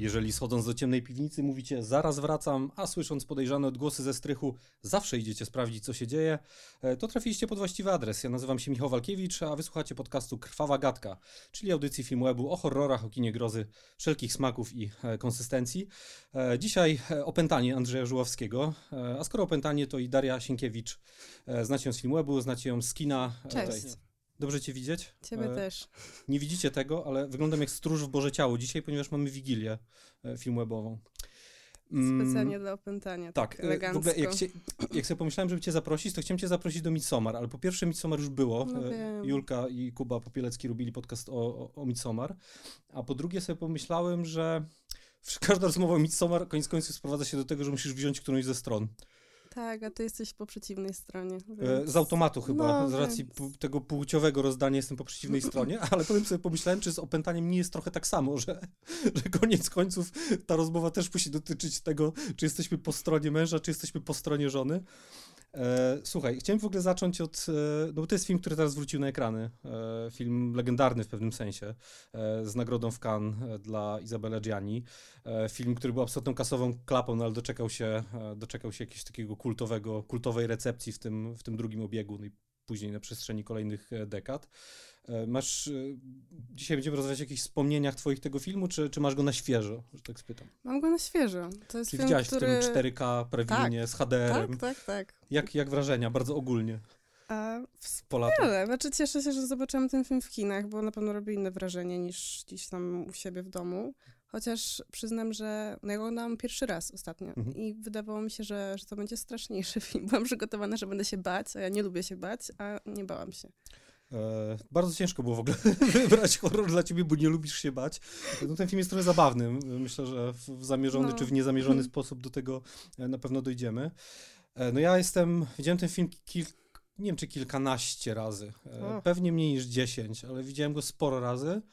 Jeżeli schodząc do ciemnej piwnicy mówicie zaraz wracam, a słysząc podejrzane odgłosy ze strychu zawsze idziecie sprawdzić co się dzieje, to trafiliście pod właściwy adres. Ja nazywam się Michał Walkiewicz, a wysłuchacie podcastu Krwawa Gadka, czyli audycji Filmwebu o horrorach, o kinie grozy, wszelkich smaków i konsystencji. Dzisiaj opętanie Andrzeja Żuławskiego, a skoro opętanie to i Daria Sienkiewicz. Znacie ją z Filmwebu, znacie ją z kina. Cześć. Dobrze cię widzieć? Ciebie też. Nie widzicie tego, ale wyglądam jak stróż w Boże Ciało dzisiaj, ponieważ mamy Wigilię filmwebową. Specjalnie dla opętania. Tak, elegancko. w ogóle jak sobie pomyślałem, żeby cię zaprosić, to chciałem cię zaprosić do Midsommar, ale po pierwsze Midsommar już było. No Julka i Kuba Popielecki robili podcast o Midsommar, a po drugie sobie pomyślałem, że każda rozmowa o Midsommar koniec końców sprowadza się do tego, że musisz wziąć którąś ze stron. Tak, a ty jesteś po przeciwnej stronie. Więc... Z automatu chyba, z racji więc... tego płciowego rozdania jestem po przeciwnej stronie, ale potem sobie pomyślałem, czy z opętaniem nie jest trochę tak samo, że koniec końców ta rozmowa też musi dotyczyć tego, czy jesteśmy po stronie męża, czy jesteśmy po stronie żony. Słuchaj, chciałem w ogóle zacząć od, no bo to jest film, który teraz wrócił na ekrany, film legendarny w pewnym sensie, z nagrodą w Cannes dla Isabelle Gianni, film, który był absolutną kasową klapą, no ale doczekał się jakiegoś takiego kultowej recepcji w tym drugim obiegu, no i później na przestrzeni kolejnych dekad. Dzisiaj będziemy rozmawiać o jakichś wspomnieniach twoich tego filmu, czy masz go na świeżo, że tak spytam? Mam go na świeżo. To jest Czy film, widziałaś który... w tym 4K prawinie z HDR-em? Tak. Jak wrażenia, bardzo ogólnie? Wspaniale. Znaczy cieszę się, że zobaczyłam ten film w kinach, bo na pewno robi inne wrażenie niż gdzieś tam u siebie w domu. Chociaż przyznam, że ja go oglądałam pierwszy raz ostatnio i wydawało mi się, że to będzie straszniejszy film. Byłam przygotowana, że będę się bać, a ja nie lubię się bać, a nie bałam się. Bardzo ciężko było w ogóle wybrać horror dla ciebie, bo nie lubisz się bać. No, ten film jest trochę zabawny. Myślę, że w zamierzony czy w niezamierzony sposób do tego na pewno dojdziemy. No widziałem ten film nie wiem czy kilkanaście razy, pewnie mniej niż 10, ale widziałem go sporo razy.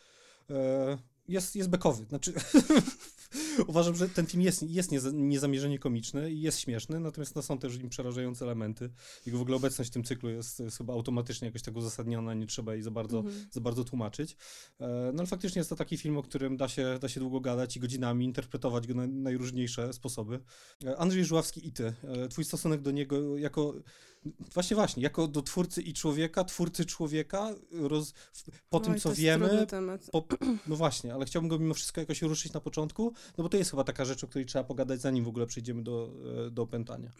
Jest bekowy, znaczy uważam, że ten film jest niezamierzenie komiczny i jest śmieszny, natomiast są też w nim przerażające elementy. Jego w ogóle obecność w tym cyklu jest chyba automatycznie jakoś tak uzasadniona, nie trzeba jej za bardzo tłumaczyć. No ale faktycznie jest to taki film, o którym da się długo gadać i godzinami interpretować go na najróżniejsze sposoby. Andrzej Żuławski i ty. Twój stosunek do niego jako do twórcy i człowieka, twórcy człowieka, po tym co wiemy, no właśnie, ale chciałbym go mimo wszystko jakoś ruszyć na początku, no bo to jest chyba taka rzecz, o której trzeba pogadać, zanim w ogóle przejdziemy do opętania.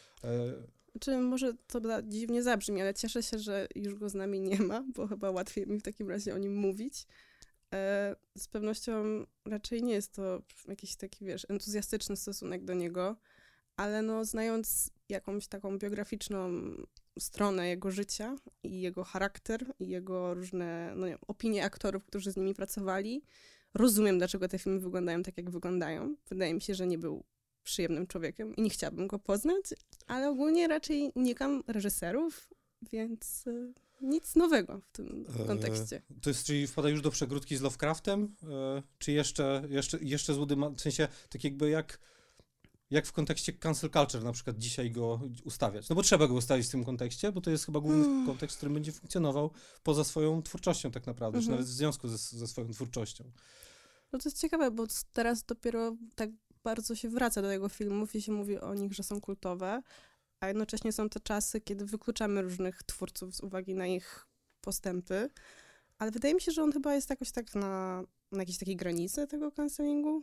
Czy może to dziwnie zabrzmi, ale cieszę się, że już go z nami nie ma, bo chyba łatwiej mi w takim razie o nim mówić. Z pewnością raczej nie jest to jakiś taki, entuzjastyczny stosunek do niego, ale no znając jakąś taką biograficzną stronę jego życia i jego charakter i jego różne opinie aktorów, którzy z nimi pracowali, rozumiem, dlaczego te filmy wyglądają tak, jak wyglądają. Wydaje mi się, że nie był przyjemnym człowiekiem i nie chciałabym go poznać, ale ogólnie raczej unikam reżyserów, więc nic nowego w tym kontekście. To jest, czyli wpada już do przegródki z Lovecraftem? Czy jeszcze w sensie tak jakby jak w kontekście cancel culture na przykład dzisiaj go ustawiać? No bo trzeba go ustawić w tym kontekście, bo to jest chyba główny kontekst, który będzie funkcjonował poza swoją twórczością tak naprawdę, czy nawet w związku ze swoją twórczością. No to jest ciekawe, bo teraz dopiero tak bardzo się wraca do tego filmów i się mówi o nich, że są kultowe, a jednocześnie są to czasy, kiedy wykluczamy różnych twórców z uwagi na ich postępy, ale wydaje mi się, że on chyba jest jakoś tak na jakiejś takiej granicy tego cancelingu.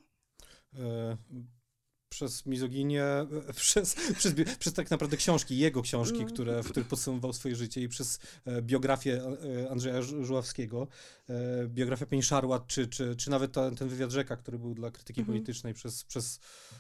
Przez mizoginię, przez tak naprawdę jego książki, w których podsumował swoje życie i przez biografię Andrzeja Żuławskiego, biografia Penny Sharwat, czy nawet ten wywiad Rzeka, który był dla krytyki politycznej przez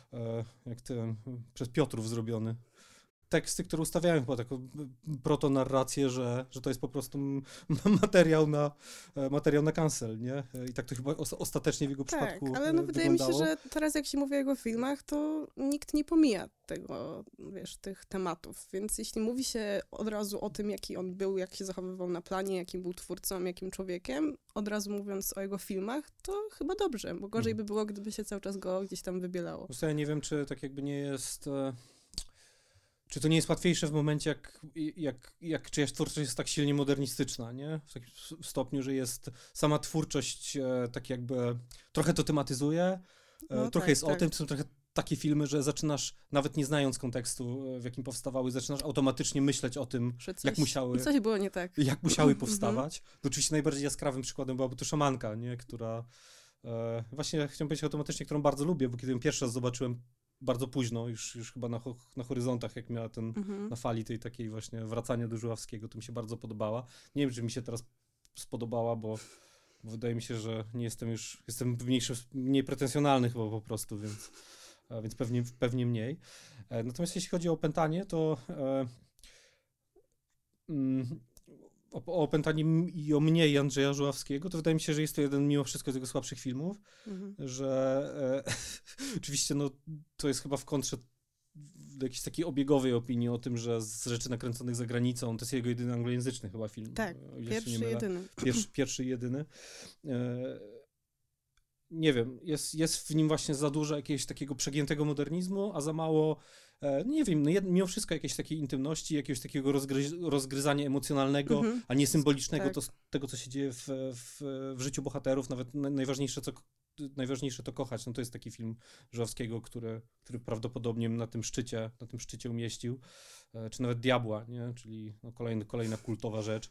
Piotrów zrobiony. Teksty, które ustawiają chyba taką protonarrację, że to jest po prostu materiał na cancel, nie? I tak to chyba ostatecznie w jego przypadku ale no wydaje mi się, że teraz jak się mówi o jego filmach, to nikt nie pomija tego, tych tematów, więc jeśli mówi się od razu o tym, jaki on był, jak się zachowywał na planie, jakim był twórcą, jakim człowiekiem, od razu mówiąc o jego filmach, to chyba dobrze, bo gorzej by było, gdyby się cały czas go gdzieś tam wybielało. Ja nie wiem, czy tak jakby nie jest... Czy to nie jest łatwiejsze w momencie, jak czyjaś twórczość jest tak silnie modernistyczna, nie? W takim stopniu, że jest sama twórczość tak jakby trochę to tematyzuje, trochę jest o tym, to są trochę takie filmy, że zaczynasz, nawet nie znając kontekstu, w jakim powstawały, zaczynasz automatycznie myśleć o tym, jak musiały... Coś było nie tak. Jak musiały powstawać. To oczywiście najbardziej jaskrawym przykładem byłaby to Szamanka, nie? Która... właśnie chciałem powiedzieć automatycznie, którą bardzo lubię, bo kiedy ją pierwszy raz zobaczyłem bardzo późno, już chyba na horyzontach, jak miała na fali tej takiej właśnie wracania do Żuławskiego, to mi się bardzo podobała. Nie wiem, czy mi się teraz spodobała, bo wydaje mi się, że nie jestem mniej pretensjonalny chyba po prostu, więc pewnie mniej. Natomiast jeśli chodzi o Opętanie, to o Opętanie i o mnie i Andrzeja Żuławskiego, to wydaje mi się, że jest to jeden mimo wszystko z jego słabszych filmów, że oczywiście to jest chyba w kontrze do jakiejś takiej obiegowej opinii o tym, że z rzeczy nakręconych za granicą to jest jego jedyny anglojęzyczny chyba film. Tak, jedyny. Pierwszy i jedyny. Nie wiem, jest w nim właśnie za dużo jakiegoś takiego przegiętego modernizmu, a za mało, nie wiem, mimo wszystko jakiejś takiej intymności, jakiegoś takiego rozgryzania emocjonalnego, a nie symbolicznego tego, co się dzieje w życiu bohaterów, nawet najważniejsze to kochać. To jest taki film Żuławskiego, który prawdopodobnie na tym szczycie umieścił, czy nawet Diabła, nie? Czyli kolejna kultowa rzecz.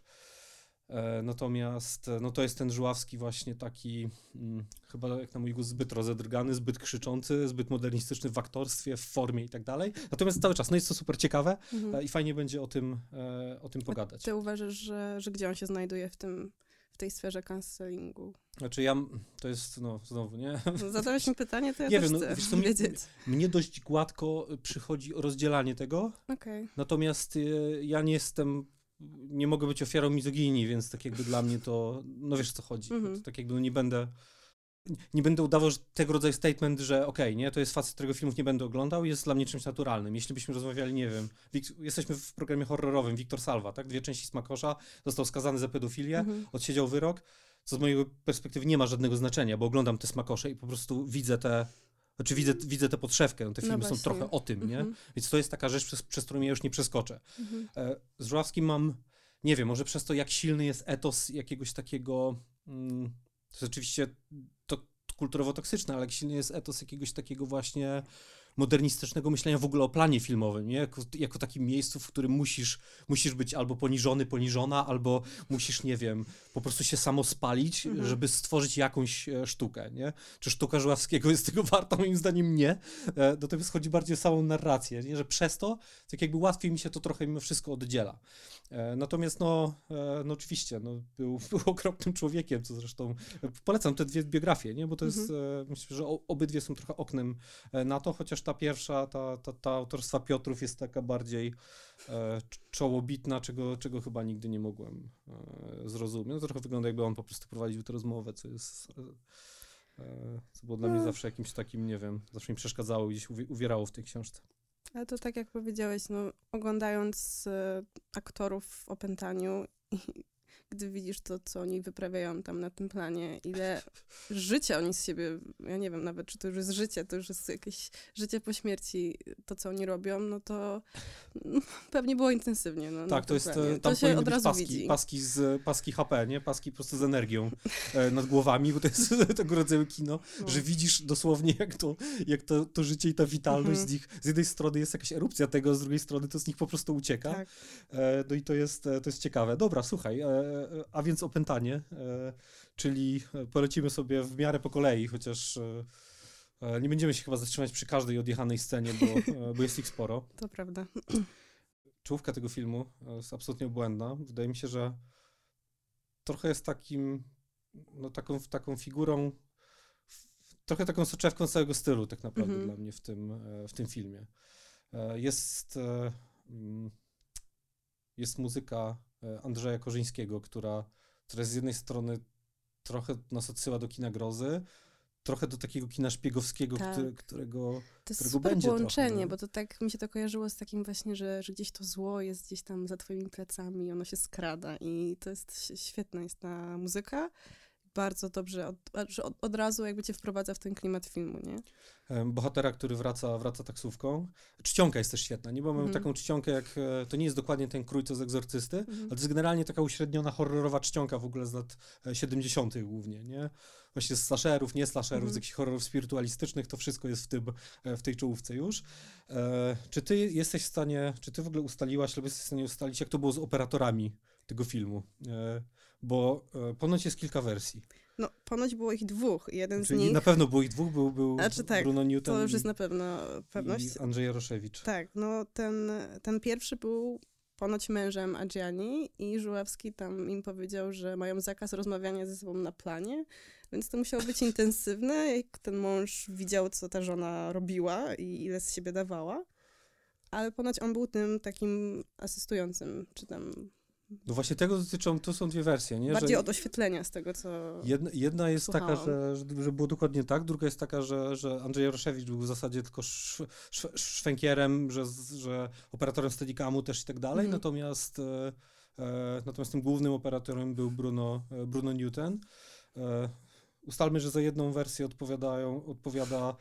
Natomiast to jest ten Żuławski właśnie taki chyba jak na mój gust zbyt rozedrgany, zbyt krzyczący, zbyt modernistyczny w aktorstwie, w formie i tak dalej. Natomiast cały czas, jest to super ciekawe i fajnie będzie o tym pogadać. Ty uważasz, że gdzie on się znajduje w tej sferze cancelingu? Znaczy to jest, znowu, nie? Zadałeś mi pytanie, to ja nie też wiem, chcę wiedzieć. Mnie dość gładko przychodzi rozdzielanie tego, natomiast ja nie mogę być ofiarą mizoginii, więc tak jakby dla mnie to, wiesz, co chodzi. To tak jakby nie będę udawał, że tego rodzaju statement, że nie, to jest facet, którego filmów nie będę oglądał, jest dla mnie czymś naturalnym. Jeśli byśmy rozmawiali, nie wiem, jesteśmy w programie horrorowym, Wiktor Salwa, tak? 2 części Smakosza, został skazany za pedofilię, odsiedział wyrok, co z mojej perspektywy nie ma żadnego znaczenia, bo oglądam te Smakosze i po prostu widzę tę podszewkę, te filmy są trochę o tym, nie? Więc to jest taka rzecz, przez którą ja już nie przeskoczę. Z Żuławskim mam, nie wiem, może przez to, jak silny jest etos jakiegoś takiego, to jest oczywiście to kulturowo toksyczne, ale jak silny jest etos jakiegoś takiego właśnie modernistycznego myślenia w ogóle o planie filmowym, nie? Jako takim miejscu, w którym musisz być albo poniżona, albo musisz, nie wiem, po prostu się samo spalić, żeby stworzyć jakąś sztukę, nie? Czy sztuka Żuławskiego jest tego warta? Moim zdaniem nie. Natomiast chodzi bardziej o samą narrację, nie? Że przez to, tak jakby łatwiej mi się to trochę mimo wszystko oddziela. Natomiast oczywiście, był okropnym człowiekiem, co zresztą polecam te 2 biografie, nie? Bo to jest, myślę, że obydwie są trochę oknem na to, chociaż ta pierwsza, ta autorstwa Piotrów jest taka bardziej czołobitna, czego chyba nigdy nie mogłem zrozumieć. Trochę wygląda, jakby on po prostu prowadził tę rozmowę, co było dla mnie zawsze jakimś takim, nie wiem, zawsze mi przeszkadzało, gdzieś uwierało w tej książce. Ale to tak jak powiedziałeś, oglądając aktorów w Opętaniu gdy widzisz to, co oni wyprawiają tam na tym planie, ile życia oni z siebie, ja nie wiem nawet, czy to już jest życie, to już jest jakieś życie po śmierci, to, co oni robią, to pewnie było intensywnie. Tak, to jest, to się od razu widzi. Paski HP, nie? Paski po prostu z energią nad głowami, bo to jest tego rodzaju kino, że widzisz dosłownie, jak to życie i ta witalność z nich, z jednej strony jest jakaś erupcja tego, z drugiej strony to z nich po prostu ucieka. Tak. No i to jest ciekawe. Dobra, słuchaj, a więc Opętanie, czyli polecimy sobie w miarę po kolei, chociaż nie będziemy się chyba zatrzymać przy każdej odjechanej scenie, bo jest ich sporo. To prawda. Czołówka tego filmu jest absolutnie obłędna. Wydaje mi się, że trochę jest taką figurą, trochę taką soczewką całego stylu tak naprawdę dla mnie w tym filmie. Jest muzyka Andrzeja Korzyńskiego, która z jednej strony trochę nas odsyła do kina grozy, trochę do takiego kina szpiegowskiego, tak. którego to jest którego super będzie połączenie, trochę, bo to tak mi się to kojarzyło z takim właśnie, że gdzieś to zło jest gdzieś tam za twoimi plecami, ono się skrada i to jest świetna jest ta muzyka. bardzo dobrze, od razu jakby cię wprowadza w ten klimat filmu, nie? Bohatera, który wraca taksówką. Czcionka jest też świetna, nie? Bo mamy taką czcionkę, jak to nie jest dokładnie ten krój, co z Egzorcysty, ale to jest generalnie taka uśredniona, horrorowa czcionka w ogóle z lat 70. głównie, nie? Właśnie z slasherów, nie slasherów, z jakichś horrorów spirytualistycznych, to wszystko jest w tej czołówce już. Czy ty w ogóle ustaliłaś, albo jesteś w stanie ustalić, jak to było z operatorami tego filmu? Bo ponoć jest kilka wersji. No, ponoć było ich dwóch. Jeden Czyli z nich... na pewno było ich dwóch, był tak, Bruno Newton to już jest na pewno pewność. i Andrzej Jaroszewicz. Tak, no ten pierwszy był ponoć mężem Adjiani i Żuławski tam im powiedział, że mają zakaz rozmawiania ze sobą na planie, więc to musiało być intensywne, jak ten mąż widział, co ta żona robiła i ile z siebie dawała, ale ponoć on był tym takim asystującym, czy tam... No właśnie tego dotyczą, to są dwie wersje, nie? Bardziej od oświetlenia z tego, co Jedna jest słuchałam. taka, że było dokładnie tak, druga jest taka, że Andrzej Jaroszewicz był w zasadzie tylko szwękierem, że operatorem Steadicamu też i tak dalej, natomiast tym głównym operatorem był Bruno Newton. Ustalmy, że za jedną wersję odpowiada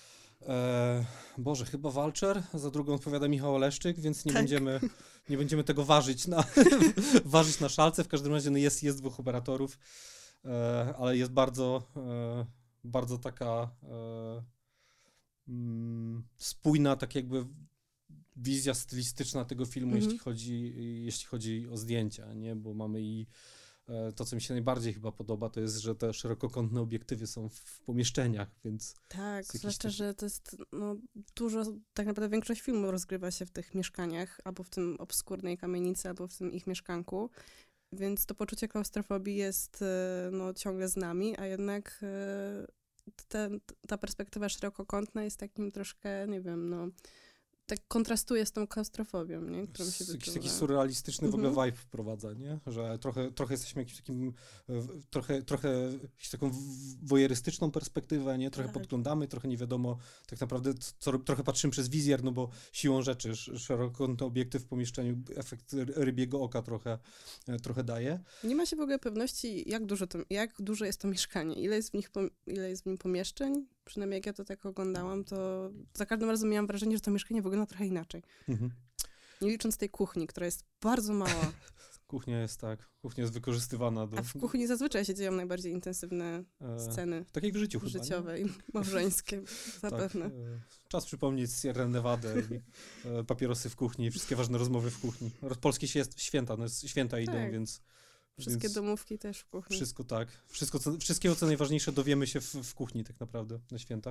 chyba Walczer, za drugą odpowiada Michał Oleszczyk, więc nie będziemy tego ważyć na szalce. W każdym razie jest dwóch operatorów, ale jest bardzo taka spójna, tak jakby wizja stylistyczna tego filmu, jeśli chodzi o zdjęcia, nie? Bo mamy to, co mi się najbardziej chyba podoba, to jest, że te szerokokątne obiektywy są w pomieszczeniach, więc... Tak, zwłaszcza, że to jest dużo, tak naprawdę większość filmu rozgrywa się w tych mieszkaniach, albo w tym obskurnej kamienicy, albo w tym ich mieszkanku, więc to poczucie klaustrofobii jest ciągle z nami, a jednak ta perspektywa szerokokątna jest takim troszkę, nie wiem, tak kontrastuje z tą klaustrofobią, nie? Którą się jakiś taki surrealistyczny w ogóle vibe wprowadza, nie? Że trochę jesteśmy jakimś takim, trochę jakąś taką wojerystyczną perspektywę, nie? Trochę podglądamy, trochę nie wiadomo tak naprawdę, trochę patrzymy przez wizjer, no bo siłą rzeczy szerokokątny obiektyw w pomieszczeniu, efekt rybiego oka trochę daje. Nie ma się w ogóle pewności, jak duże jest to mieszkanie, ile jest w nim pomieszczeń. Przynajmniej jak ja to tak oglądałam, to za każdym razem miałam wrażenie, że to mieszkanie wygląda trochę inaczej. Nie licząc tej kuchni, która jest bardzo mała. Kuchnia jest wykorzystywana A w kuchni zazwyczaj się dzieją najbardziej intensywne sceny. Tak jak w życiu chyba, życiowe i małżeńskie, zapewne. Czas przypomnieć Sierra Nevada i papierosy w kuchni i wszystkie ważne rozmowy w kuchni. Polskie święta idą, więc... Wszystkie domówki też w kuchni. Wszystko tak. Wszystkiego, co najważniejsze, dowiemy się w kuchni tak naprawdę na świętach.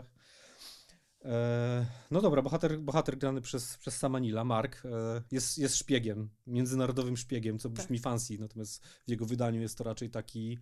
No dobra, bohater grany przez sama Neila, Mark, jest szpiegiem, międzynarodowym szpiegiem, co brzmi fancy, natomiast w jego wydaniu jest to raczej taki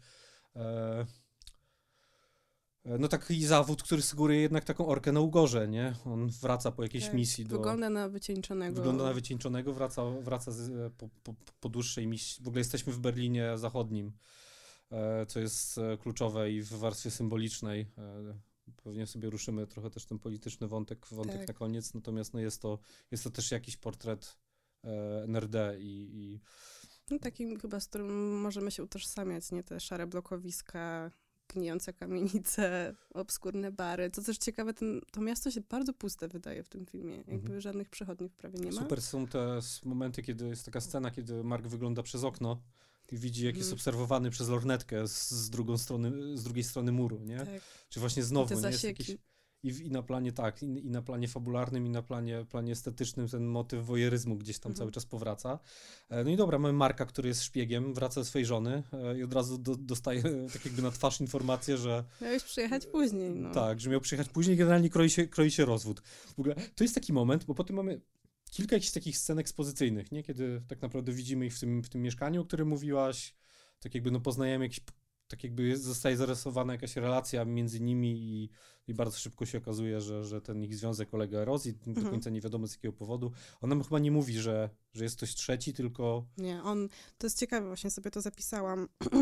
taki zawód, który sugeruje jednak taką orkę na ugorze, nie? On wraca po jakiejś misji Wygląda na wycieńczonego. Wraca po dłuższej misji. W ogóle jesteśmy w Berlinie Zachodnim, co jest kluczowe i w warstwie symbolicznej. Pewnie sobie ruszymy trochę też ten polityczny wątek na koniec, natomiast jest to też jakiś portret NRD i... No takim chyba, z którym możemy się utożsamiać, nie? Te szare blokowiska, gnijące kamienice, obskurne bary. Co też ciekawe, to miasto się bardzo puste wydaje w tym filmie. Jakby żadnych przechodniów prawie nie ma. Super są te momenty, kiedy jest taka scena, kiedy Mark wygląda przez okno i widzi, jak jest obserwowany przez lornetkę z drugiej strony muru, nie? Tak. Czy właśnie znowu, nie? Jest jakiś... I na planie i na planie fabularnym, i na planie estetycznym ten motyw wojeryzmu gdzieś tam cały czas powraca. No i dobra, mamy Marka, który jest szpiegiem, wraca do swojej żony i od razu dostaje tak jakby na twarz informację, że... Miałeś przyjechać później, no. Tak, że miał przyjechać później i generalnie kroi się rozwód. W ogóle to jest taki moment, bo potem mamy kilka jakichś takich scen ekspozycyjnych, nie? Kiedy tak naprawdę widzimy ich w tym mieszkaniu, o którym mówiłaś, tak jakby poznajemy jakiś... Tak jakby zostaje zarysowana jakaś relacja między nimi i bardzo szybko się okazuje, że ten ich związek ulega erozji, do końca nie wiadomo z jakiego powodu. On nam chyba nie mówi, że jest ktoś trzeci, tylko... Nie, to jest ciekawe, właśnie sobie to zapisałam.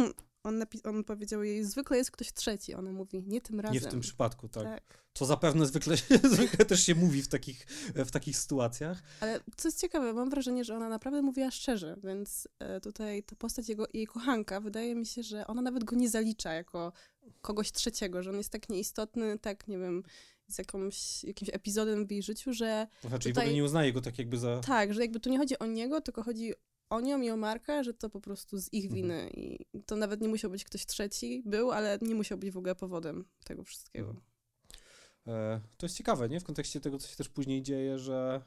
on powiedział jej, zwykle jest ktoś trzeci. Ona mówi, nie tym razem. Nie w tym przypadku, tak. Tak. Co zapewne zwykle też się mówi w takich sytuacjach. Ale co jest ciekawe, mam wrażenie, że ona naprawdę mówiła szczerze, więc tutaj ta postać jej kochanka, wydaje mi się, że ona nawet go nie zalicza jako kogoś trzeciego, że on jest tak nieistotny, tak, nie wiem, z jakimś epizodem w jej życiu, że Czyli w ogóle nie uznaje go tak jakby za... Tak, że jakby tu nie chodzi o niego, tylko chodzi o nią i o Marka, że to po prostu z ich winy i to nawet nie musiał być ktoś trzeci, ale nie musiał być w ogóle powodem tego wszystkiego. To jest ciekawe, nie? W kontekście tego, co się też później dzieje, że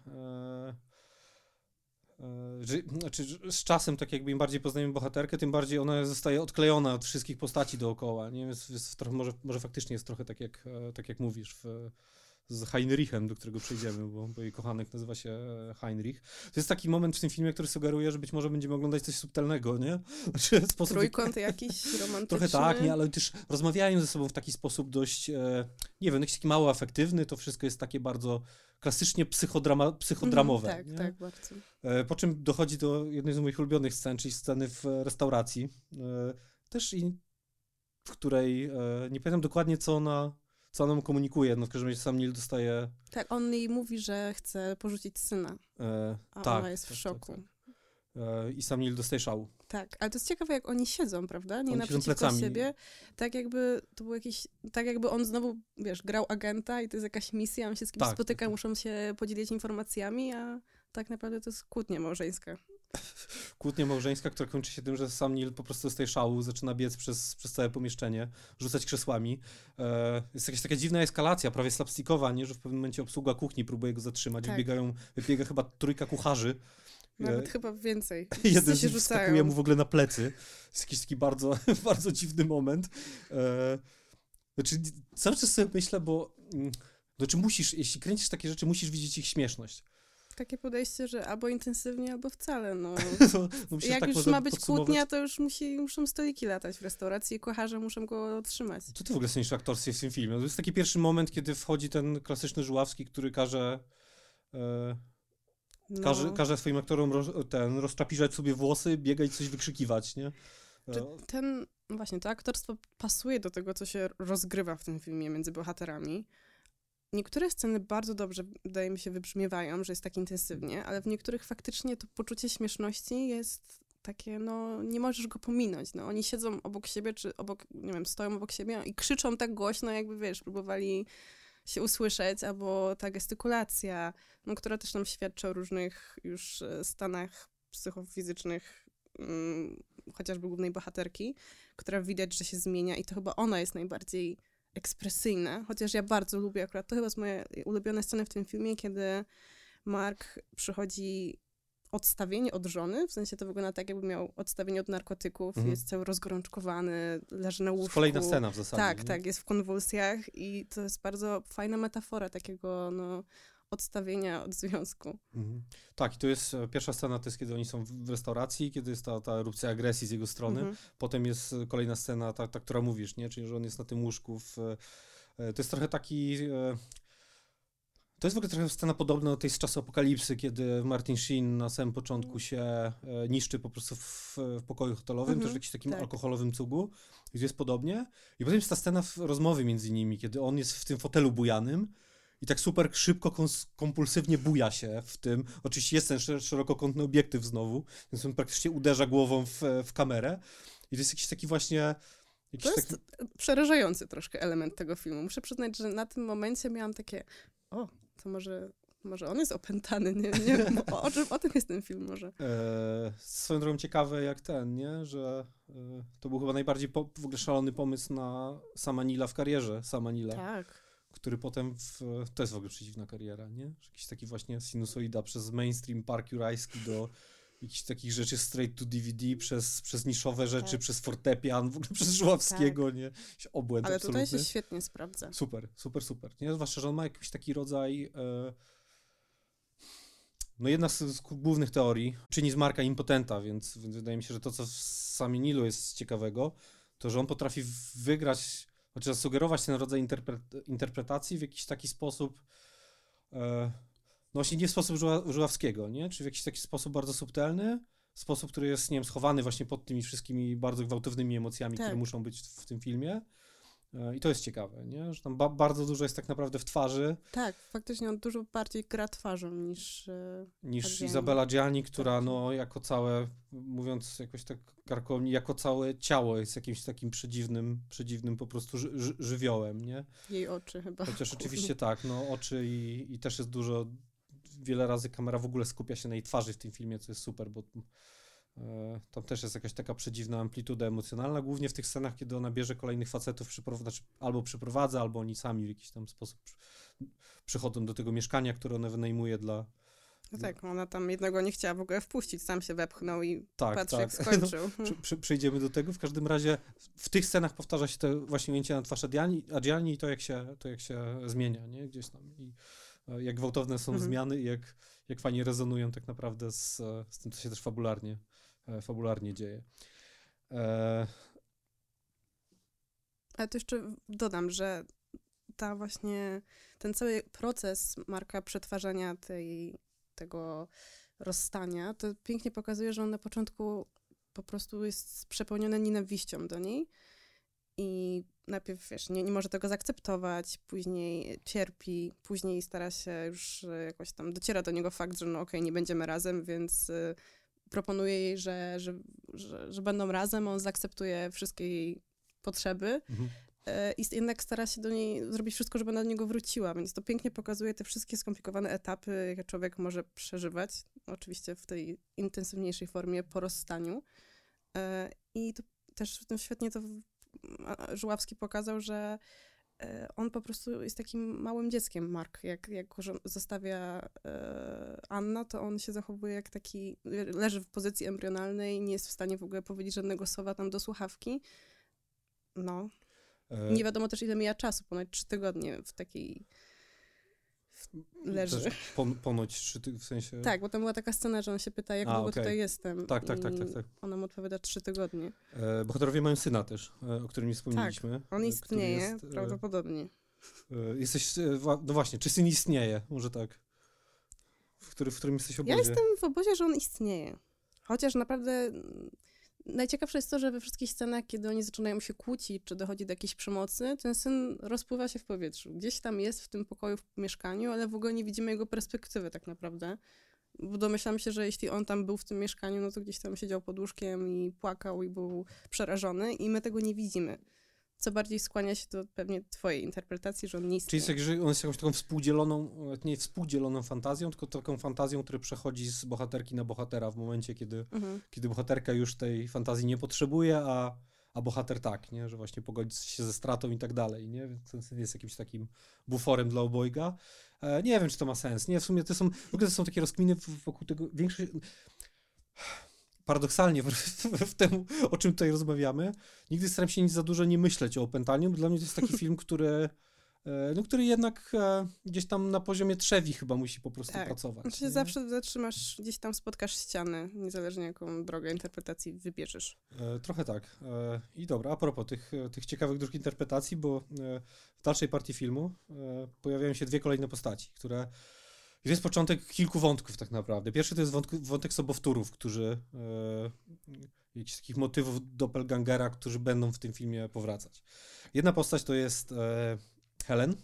z czasem, tak jakby im bardziej poznajemy bohaterkę, tym bardziej ona zostaje odklejona od wszystkich postaci dookoła, nie? Jest trochę, może faktycznie jest trochę tak jak mówisz, z Heinrichem, do którego przejdziemy, bo jej kochanek nazywa się Heinrich. To jest taki moment w tym filmie, który sugeruje, że być może będziemy oglądać coś subtelnego, nie? Znaczy, Trójkąt jakiś romantyczny. Trochę tak, nie? Ale też rozmawiają ze sobą w taki sposób dość, nie wiem, jakiś taki mało afektywny, to wszystko jest takie bardzo klasycznie psychodramowe. Tak, nie? tak, bardzo. Po czym dochodzi do jednej z moich ulubionych scen, czyli sceny w restauracji. Też w której nie pamiętam dokładnie, co ona mu komunikuje. No w każdym razie sam Neil dostaje... Tak, on jej mówi, że chce porzucić syna, a tak, ona jest w szoku. Tak. I sam Neil dostaje szału. Tak, ale to jest ciekawe, jak oni siedzą, prawda? Nie oni naprzeciwko siebie. Tak jakby to był tak jakby on znowu, wiesz, grał agenta i to jest jakaś misja, on się z kimś spotyka, muszą się podzielić informacjami, a tak naprawdę to jest kłótnia małżeńska. Kłótnia małżeńska, która kończy się tym, że sam Neil po prostu dostaje szału, zaczyna biec przez całe pomieszczenie, rzucać krzesłami. Jest jakaś taka dziwna eskalacja, prawie slapstickowa, nie? Że w pewnym momencie obsługa kuchni próbuje go zatrzymać. Tak. Wybiega chyba 3 kucharzy. Nawet chyba więcej. Jeden z nich wskakuje mu w ogóle na plecy. Jest jakiś taki bardzo, bardzo dziwny moment. Znaczy, cały czas sobie myślę, bo jeśli kręcisz takie rzeczy, musisz widzieć ich śmieszność. Takie podejście, że albo intensywnie, albo wcale, no. Jak tak już ma być kłótnia, to już muszą stoliki latać w restauracji i kucharze muszą go otrzymać. Co ty w ogóle sądzisz o aktorstwie w tym filmie? To jest taki pierwszy moment, kiedy wchodzi ten klasyczny Żuławski, który każe swoim aktorom rozczapiżać sobie włosy, biegać, coś wykrzykiwać, nie? Właśnie, to aktorstwo pasuje do tego, co się rozgrywa w tym filmie między bohaterami. Niektóre sceny bardzo dobrze, wydaje mi się, wybrzmiewają, że jest tak intensywnie, ale w niektórych faktycznie to poczucie śmieszności jest takie, no, nie możesz go pominąć. No, oni siedzą obok siebie, czy nie wiem, stoją obok siebie i krzyczą tak głośno, jakby, wiesz, próbowali się usłyszeć, albo ta gestykulacja, no, która też nam świadczy o różnych już stanach psychofizycznych, chociażby głównej bohaterki, która widać, że się zmienia i to chyba ona jest najbardziej ekspresyjne, chociaż ja bardzo lubię akurat, to chyba jest moje ulubione sceny w tym filmie, kiedy Mark przychodzi odstawienie od żony, w sensie to wygląda tak, jakby miał odstawienie od narkotyków, jest cały rozgorączkowany, leży na łóżku. Kolejna scena w zasadzie. Tak, jest w konwulsjach i to jest bardzo fajna metafora takiego, no, odstawienia od związku. Tak, i to jest pierwsza scena, to jest kiedy oni są w restauracji, kiedy jest ta erupcja agresji z jego strony. Potem jest kolejna scena, ta, która mówisz, nie? Czyli że on jest na tym łóżku. To jest trochę taki... To jest w ogóle trochę scena podobna do tej z czasu apokalipsy, kiedy Martin Sheen na samym początku się niszczy po prostu w pokoju hotelowym, też w jakimś takim alkoholowym cugu. I to jest podobnie. I potem jest ta scena rozmowy między nimi, kiedy on jest w tym fotelu bujanym i tak super szybko, kompulsywnie buja się w tym. Oczywiście jest ten szerokokątny obiektyw znowu, więc on praktycznie uderza głową w kamerę. I to jest jakiś taki właśnie... To jest przerażający troszkę element tego filmu. Muszę przyznać, że na tym momencie miałam takie, to może on jest opętany, nie wiem, o tym jest ten film może. Swoją drogą ciekawe jak nie? Że to był chyba najbardziej w ogóle szalony pomysł na sama Neila w karierze, sama Neila. Tak. Który potem, to jest w ogóle przeciwna kariera, nie? Jakiś taki właśnie sinusoida przez mainstream park jurajski do jakichś takich rzeczy straight to DVD, przez niszowe rzeczy, przez fortepian, w ogóle przez Żuławskiego, nie? Obłęd ale absolutny. Tutaj się świetnie sprawdza. Super. Nie? Zwłaszcza, że on ma jakiś taki rodzaj... No jedna z głównych teorii czyni z Marka impotenta, więc wydaje mi się, że to, co w samym Nilu jest ciekawego, to, że on potrafi wygrać, znaczy zasugerować ten rodzaj interpretacji w jakiś taki sposób, no właśnie nie w sposób Żuławskiego, nie? Czy w jakiś taki sposób bardzo subtelny, sposób, który jest, nie wiem, schowany właśnie pod tymi wszystkimi bardzo gwałtownymi emocjami, które muszą być w tym filmie. I to jest ciekawe, nie? Że tam bardzo dużo jest tak naprawdę w twarzy. Tak, faktycznie on dużo bardziej gra twarzą niż Izabela Gianni, która no jako całe, mówiąc jakoś tak karkołomnie, jako całe ciało jest jakimś takim przedziwnym po prostu żywiołem, nie? Jej oczy chyba. Chociaż oczywiście tak, no oczy i też jest wiele razy kamera w ogóle skupia się na jej twarzy w tym filmie, co jest super, bo tam też jest jakaś taka przedziwna amplituda emocjonalna, głównie w tych scenach, kiedy ona bierze kolejnych facetów, albo przyprowadza, albo oni sami w jakiś tam sposób przychodzą do tego mieszkania, które ona wynajmuje dla... No tak, ona tam jednego nie chciała w ogóle wpuścić, sam się wepchnął i patrz, jak Tak. skończył. No, przejdziemy do tego. W każdym razie w tych scenach powtarza się to właśnie ujęcie na twarz Adriani i to jak się zmienia, nie? Gdzieś tam. I jak gwałtowne są zmiany i jak fajnie rezonują tak naprawdę z tym, co się też fabularnie dzieje. Ale to jeszcze dodam, że ten cały proces Marka przetwarzania tego rozstania, to pięknie pokazuje, że on na początku po prostu jest przepełniony nienawiścią do niej i najpierw, wiesz, nie może tego zaakceptować, później cierpi, później stara się już jakoś tam, dociera do niego fakt, że no okej, nie będziemy razem, więc proponuje jej, że będą razem, on zaakceptuje wszystkie jej potrzeby. I jednak stara się do niej zrobić wszystko, żeby ona do niego wróciła, więc to pięknie pokazuje te wszystkie skomplikowane etapy, jakie człowiek może przeżywać, oczywiście w tej intensywniejszej formie po rozstaniu. I to też w tym świetnie to Żuławski pokazał, że on po prostu jest takim małym dzieckiem, Mark. Jak go zostawia Anna, to on się zachowuje jak taki, leży w pozycji embrionalnej, nie jest w stanie w ogóle powiedzieć żadnego słowa tam do słuchawki. No. Nie wiadomo też, ile mija czasu, ponad 3 tygodnie w takiej leży. Ponoć 3 tygodnie, w sensie... Tak, bo tam była taka scena, że on się pyta, jak długo tutaj jestem. Tak. Ona mu odpowiada 3 tygodnie. Bohaterowie mają syna też, o którym nie wspomnieliśmy. Tak, on istnieje, prawdopodobnie. No właśnie, czy syn istnieje? Może tak. W którym jesteś obozie? Ja jestem w obozie, że on istnieje. Chociaż naprawdę... Najciekawsze jest to, że we wszystkich scenach, kiedy oni zaczynają się kłócić, czy dochodzi do jakiejś przemocy, ten syn rozpływa się w powietrzu. Gdzieś tam jest w tym pokoju, w mieszkaniu, ale w ogóle nie widzimy jego perspektywy tak naprawdę. Bo domyślam się, że jeśli on tam był w tym mieszkaniu, no to gdzieś tam siedział pod łóżkiem i płakał i był przerażony i my tego nie widzimy. Co bardziej skłania się do pewnie twojej interpretacji, że on nie istnieje. Czyli on jest jakąś taką nie współdzieloną fantazją, tylko taką fantazją, która przechodzi z bohaterki na bohatera w momencie, kiedy bohaterka już tej fantazji nie potrzebuje, a bohater tak, nie? Że właśnie pogodzi się ze stratą i tak dalej, nie? Więc ten jest jakimś takim buforem dla obojga. Nie wiem, czy to ma sens. Nie, w sumie to są takie rozkminy wokół tego większość... Paradoksalnie w tym, o czym tutaj rozmawiamy, nigdy staram się nic za dużo nie myśleć o Opętaniu, bo dla mnie to jest taki film, który jednak gdzieś tam na poziomie trzewi chyba musi po prostu pracować. Znaczy zawsze zatrzymasz, gdzieś tam spotkasz ścianę, niezależnie jaką drogę interpretacji wybierzesz. Trochę tak. I dobra, a propos tych ciekawych dróg interpretacji, bo w dalszej partii filmu pojawiają się 2 kolejne postaci, które... I to jest początek kilku wątków tak naprawdę. Pierwszy to jest wątek sobowtórów, którzy... jakichś takich motywów doppelgangera, którzy będą w tym filmie powracać. Jedna postać to jest Helen.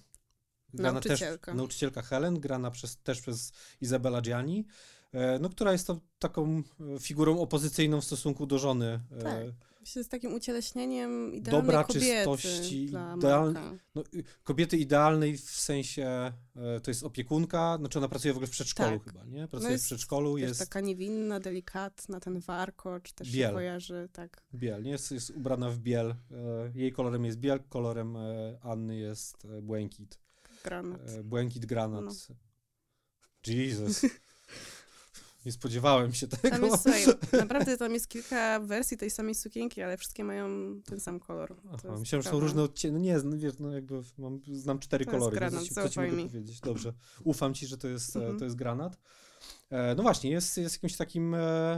Nauczycielka Helen, grana też przez Izabela Gianni, która jest taką figurą opozycyjną w stosunku do żony. Tak. Z takim ucieleśnieniem idealnej kobiety czystości, dla kobiety idealnej w sensie, to jest opiekunka, znaczy ona pracuje w ogóle w przedszkolu chyba, nie? Pracuje w przedszkolu. Jest taka niewinna, delikatna, ten warkocz też się kojarzy, tak. Biel, nie? Jest ubrana w biel. Jej kolorem jest biel, kolorem Anny jest błękit. Granat. Błękit, granat. No. Jesus. Nie spodziewałem się tego. Tam jest, słuchaj, naprawdę tam jest kilka wersji tej samej sukienki, ale wszystkie mają ten sam kolor. Myślałem, że są różne odcienie. Nie, wiesz, jakby znam 4 kolory. Granat, co ci mogę powiedzieć. Dobrze. Ufam ci, że to jest granat. No właśnie, jest jakimś takim...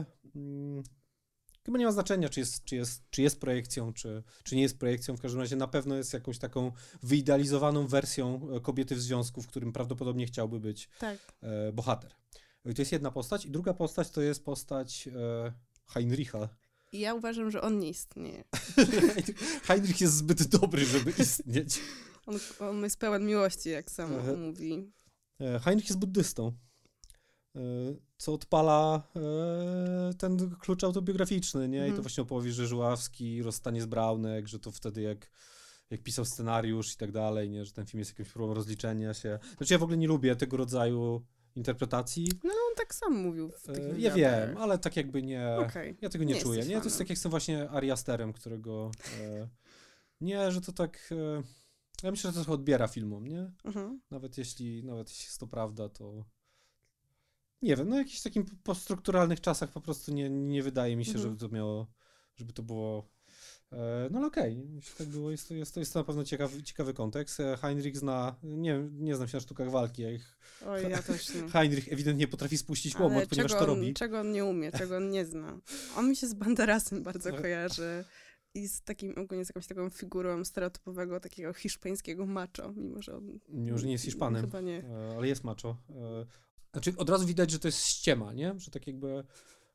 Chyba nie ma znaczenia, czy jest projekcją, czy nie jest projekcją. W każdym razie na pewno jest jakąś taką wyidealizowaną wersją kobiety w związku, w którym prawdopodobnie chciałby być bohater. To jest jedna postać i druga postać to jest postać Heinricha. I ja uważam, że on nie istnieje. Heinrich jest zbyt dobry, żeby istnieć. On jest pełen miłości, jak sam mówi. Heinrich jest buddystą, co odpala ten klucz autobiograficzny, nie? I to właśnie opowieść, że Żuławski rozstanie z Braunek, że to wtedy jak pisał scenariusz i tak dalej, nie? Że ten film jest jakąś próbą rozliczenia się. Znaczy ja w ogóle nie lubię tego rodzaju interpretacji. No on tak sam mówił w tych ja wiem, ale tak jakby nie... Okay. Ja tego nie czuję, nie? To jest tak jak z tym właśnie Ari Asterem, którego... nie, że to tak... ja myślę, że to trochę odbiera filmom, nie? Nawet jeśli jest to prawda, to... Nie wiem, no w jakichś takim poststrukturalnych czasach po prostu nie wydaje mi się, żeby to miało... Żeby to było... no ale okej, jeśli tak było, jest to na pewno ciekawy kontekst. Heinrich zna, nie znam się na sztukach walki, ja też nie. Heinrich ewidentnie potrafi spuścić łomot, ponieważ to robi. Czego on nie umie, czego on nie zna. On mi się z Banderasem bardzo kojarzy i z takim, ogólnie z jakąś taką figurą stereotypowego, takiego hiszpańskiego macho, mimo że on... Już nie jest Hiszpanem, chyba nie. Ale jest macho. Znaczy od razu widać, że to jest ściema, nie? Że tak jakby,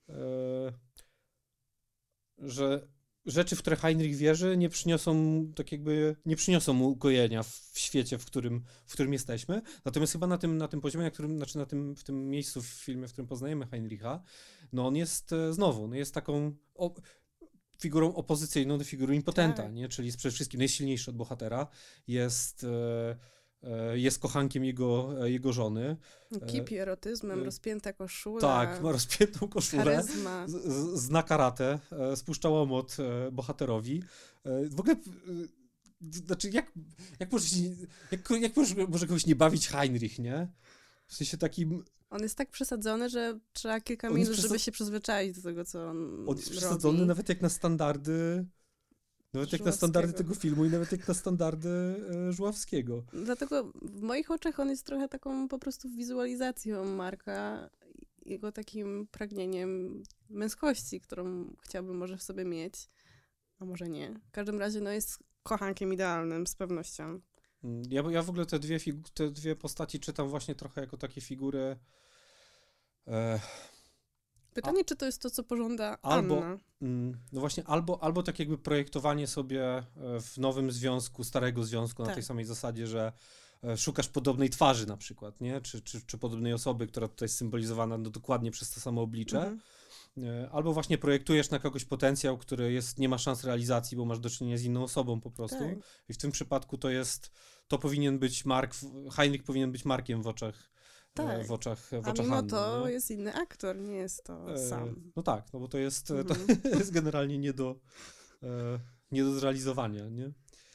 że rzeczy, w które Heinrich wierzy, nie przyniosą mu ukojenia w świecie, w którym jesteśmy. Natomiast chyba na tym poziomie, w tym miejscu w filmie, w którym poznajemy Heinricha, no on jest znowu, jest taką figurą opozycyjną do figury impotenta, tak. nie? Czyli jest przede wszystkim najsilniejszy od bohatera, jest kochankiem jego żony. Kipi erotyzmem, rozpięta koszula. Tak, ma rozpiętą koszulę. Charyzma. Zna karate, spuszcza łomot bohaterowi. W ogóle, znaczy jak może kogoś nie bawić Heinrich, nie? W sensie takim... On jest tak przesadzony, że trzeba kilka minut, żeby się przyzwyczaić do tego, co on jest przesadzony nawet jak na standardy... Nawet jak na standardy tego filmu i nawet jak na standardy Żuławskiego. Dlatego w moich oczach on jest trochę taką po prostu wizualizacją Marka, jego takim pragnieniem męskości, którą chciałbym może w sobie mieć, a może nie. W każdym razie jest kochankiem idealnym, z pewnością. Ja w ogóle te dwie postaci czytam właśnie trochę jako takie figury... Pytanie, czy to jest to, co pożąda Anna? No właśnie, albo tak jakby projektowanie sobie w nowym związku, starego związku na tej samej zasadzie, że szukasz podobnej twarzy na przykład, nie? Czy podobnej osoby, która tutaj jest symbolizowana dokładnie przez to samo oblicze. Albo właśnie projektujesz na kogoś potencjał, który nie ma szans realizacji, bo masz do czynienia z inną osobą po prostu. Tak. I w tym przypadku powinien być Heinrich powinien być Markiem w oczach w oczach a mimo Hanny, to nie? jest inny aktor, nie jest to sam. No tak, no bo to jest generalnie nie do zrealizowania, nie?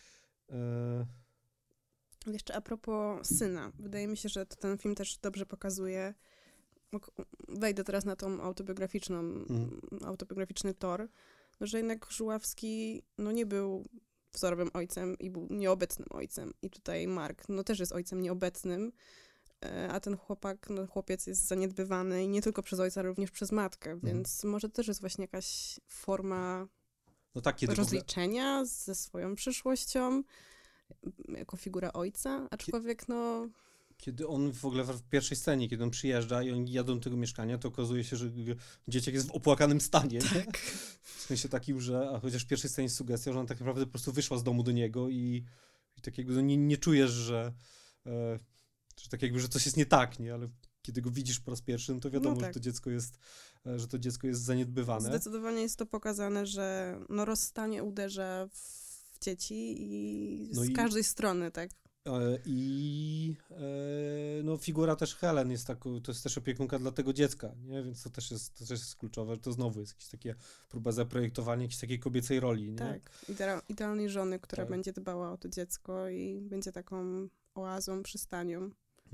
Jeszcze a propos syna. Wydaje mi się, że ten film też dobrze pokazuje, wejdę teraz na tą autobiograficzny tor, że jednak Żuławski nie był wzorowym ojcem i był nieobecnym ojcem. I tutaj Mark też jest ojcem nieobecnym, a ten chłopiec jest zaniedbywany i nie tylko przez ojca, ale również przez matkę, więc może też jest właśnie jakaś forma rozliczenia ze swoją przyszłością jako figura ojca, aczkolwiek Kiedy on w ogóle w pierwszej scenie, kiedy on przyjeżdża i oni jadą do tego mieszkania, to okazuje się, że dzieciak jest w opłakanym stanie. Tak. Nie? W sensie takim, że chociaż w pierwszej scenie jest sugestia, że ona tak naprawdę po prostu wyszła z domu do niego i tak jakby nie czujesz, że tak jakby, że coś jest nie tak, nie? Ale kiedy go widzisz po raz pierwszy, to wiadomo, że to dziecko jest zaniedbywane. Zdecydowanie jest to pokazane, że rozstanie uderza w dzieci i z każdej strony, tak? I figura też Helen jest to jest też opiekunka dla tego dziecka, nie? Więc to też jest kluczowe, że to znowu jest jakieś takie próba zaprojektowania jakiejś takiej kobiecej roli, nie? Tak, idealnej żony, która będzie dbała o to dziecko i będzie taką oazą, przystanią.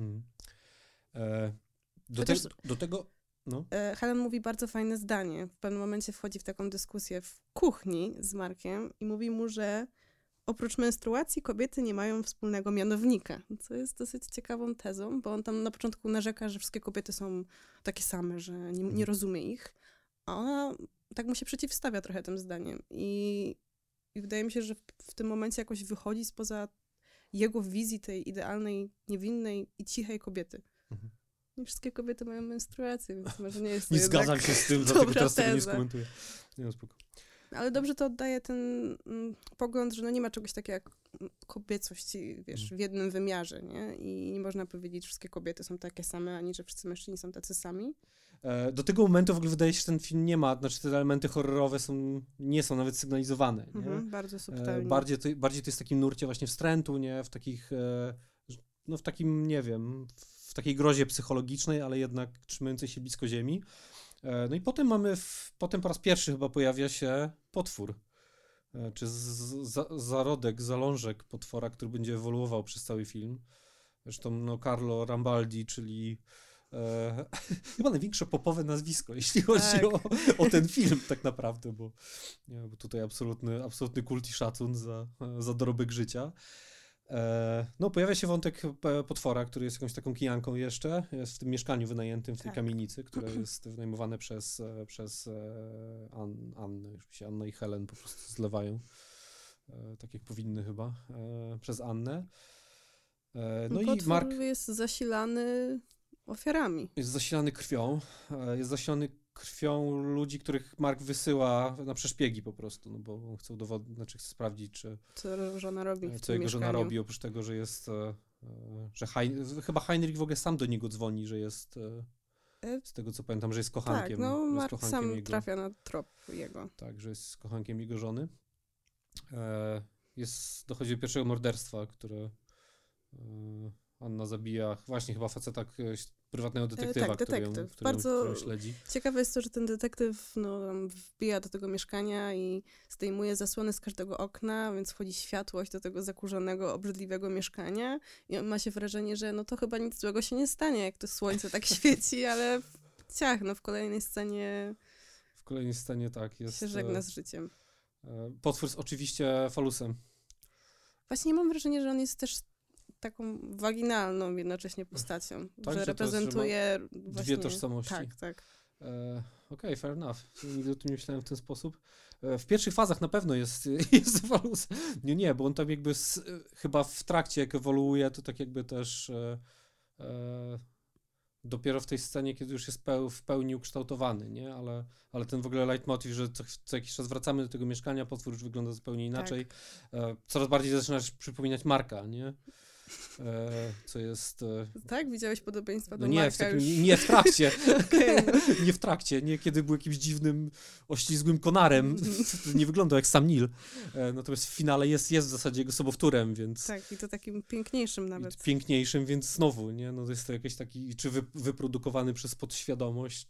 Do tego... No. Helen mówi bardzo fajne zdanie. W pewnym momencie wchodzi w taką dyskusję w kuchni z Markiem i mówi mu, że oprócz menstruacji kobiety nie mają wspólnego mianownika, co jest dosyć ciekawą tezą, bo on tam na początku narzeka, że wszystkie kobiety są takie same, że nie rozumie ich, a ona tak mu się przeciwstawia trochę tym zdaniem. I wydaje mi się, że w tym momencie jakoś wychodzi spoza jego wizji tej idealnej, niewinnej i cichej kobiety. Nie wszystkie kobiety mają menstruację, więc może nie jest to Nie jednak zgadzam się z tym, dlatego teraz tego nie teza. skomentuję. Nie, no spoko. Ale dobrze to oddaje ten pogląd, że no nie ma czegoś takiego jak kobiecość, wiesz, w jednym wymiarze, nie? I nie można powiedzieć, że wszystkie kobiety są takie same, ani że wszyscy mężczyźni są tacy sami. Do tego momentu w ogóle wydaje się, że ten film nie ma, znaczy te elementy horrorowe nie są nawet sygnalizowane, nie? Bardzo subtelnie. Bardziej to jest w takim nurcie właśnie wstrętu, nie? W takich, no w takim, nie wiem, w takiej grozie psychologicznej, ale jednak trzymającej się blisko ziemi. No i potem potem po raz pierwszy chyba pojawia się potwór, czy zarodek, zalążek potwora, który będzie ewoluował przez cały film. Zresztą no Carlo Rambaldi, czyli chyba największe popowe nazwisko, jeśli chodzi o ten film tak naprawdę, bo tutaj absolutny kult i szacun za dorobek życia. No, pojawia się wątek potwora, który jest jakąś taką kijanką jeszcze, jest w tym mieszkaniu wynajętym, w tej kamienicy, które jest wynajmowane przez Annę, już mi się Anna i Helen po prostu zlewają, tak jak powinny chyba, przez Annę. No i Mark jest zasilany ofiarami. Jest zasilany krwią ludzi, których Mark wysyła na przeszpiegi po prostu, no bo on chce udowodnić, chce sprawdzić, co żona robi w co jego żona robi, oprócz tego, że jest, że chyba Heinrich w ogóle sam do niego dzwoni, że jest, z tego co pamiętam, że jest kochankiem. Tak, no Mark kochankiem sam trafia na trop jego. Tak, że jest kochankiem jego żony. Dochodzi do pierwszego morderstwa, które Anna zabija właśnie chyba faceta, prywatnego detektywa, który ją śledzi. Ciekawe jest to, że ten detektyw wbija do tego mieszkania i zdejmuje zasłony z każdego okna, więc wchodzi światłość do tego zakurzonego, obrzydliwego mieszkania i on ma się wrażenie, że no to chyba nic złego się nie stanie, jak to słońce tak świeci, ale w kolejnej scenie tak jest. Się żegna z życiem. Potwór jest oczywiście falusem. Właśnie mam wrażenie, że on jest też taką waginalną jednocześnie postacią, tak, że reprezentuje dwie tożsamości. Tak. Okej, fair enough. Nigdy o tym nie myślałem w ten sposób. W pierwszych fazach na pewno jest falus. Nie, bo on tam jakby chyba w trakcie, jak ewoluuje, to tak jakby też dopiero w tej scenie, kiedy już jest w pełni ukształtowany, nie? Ale ten w ogóle leitmotiv, że co jakiś czas wracamy do tego mieszkania, potwór już wygląda zupełnie inaczej. Tak. Coraz bardziej zaczynasz przypominać Marka, nie? Co jest... Tak? Widziałeś podobieństwa do nie, Marka nie w trakcie. Nie w trakcie, nie kiedy był jakimś dziwnym, oślizgłym konarem. Nie wyglądał jak sam Neil. Natomiast w finale jest w zasadzie jego sobowtórem, więc... Tak, i to takim piękniejszym nawet. Piękniejszym, więc znowu, nie? No to jest to jakiś taki, czy wyprodukowany przez podświadomość,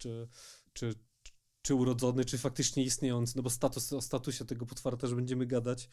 czy urodzony, czy faktycznie istniejący, no bo o statusie tego potwora też będziemy gadać.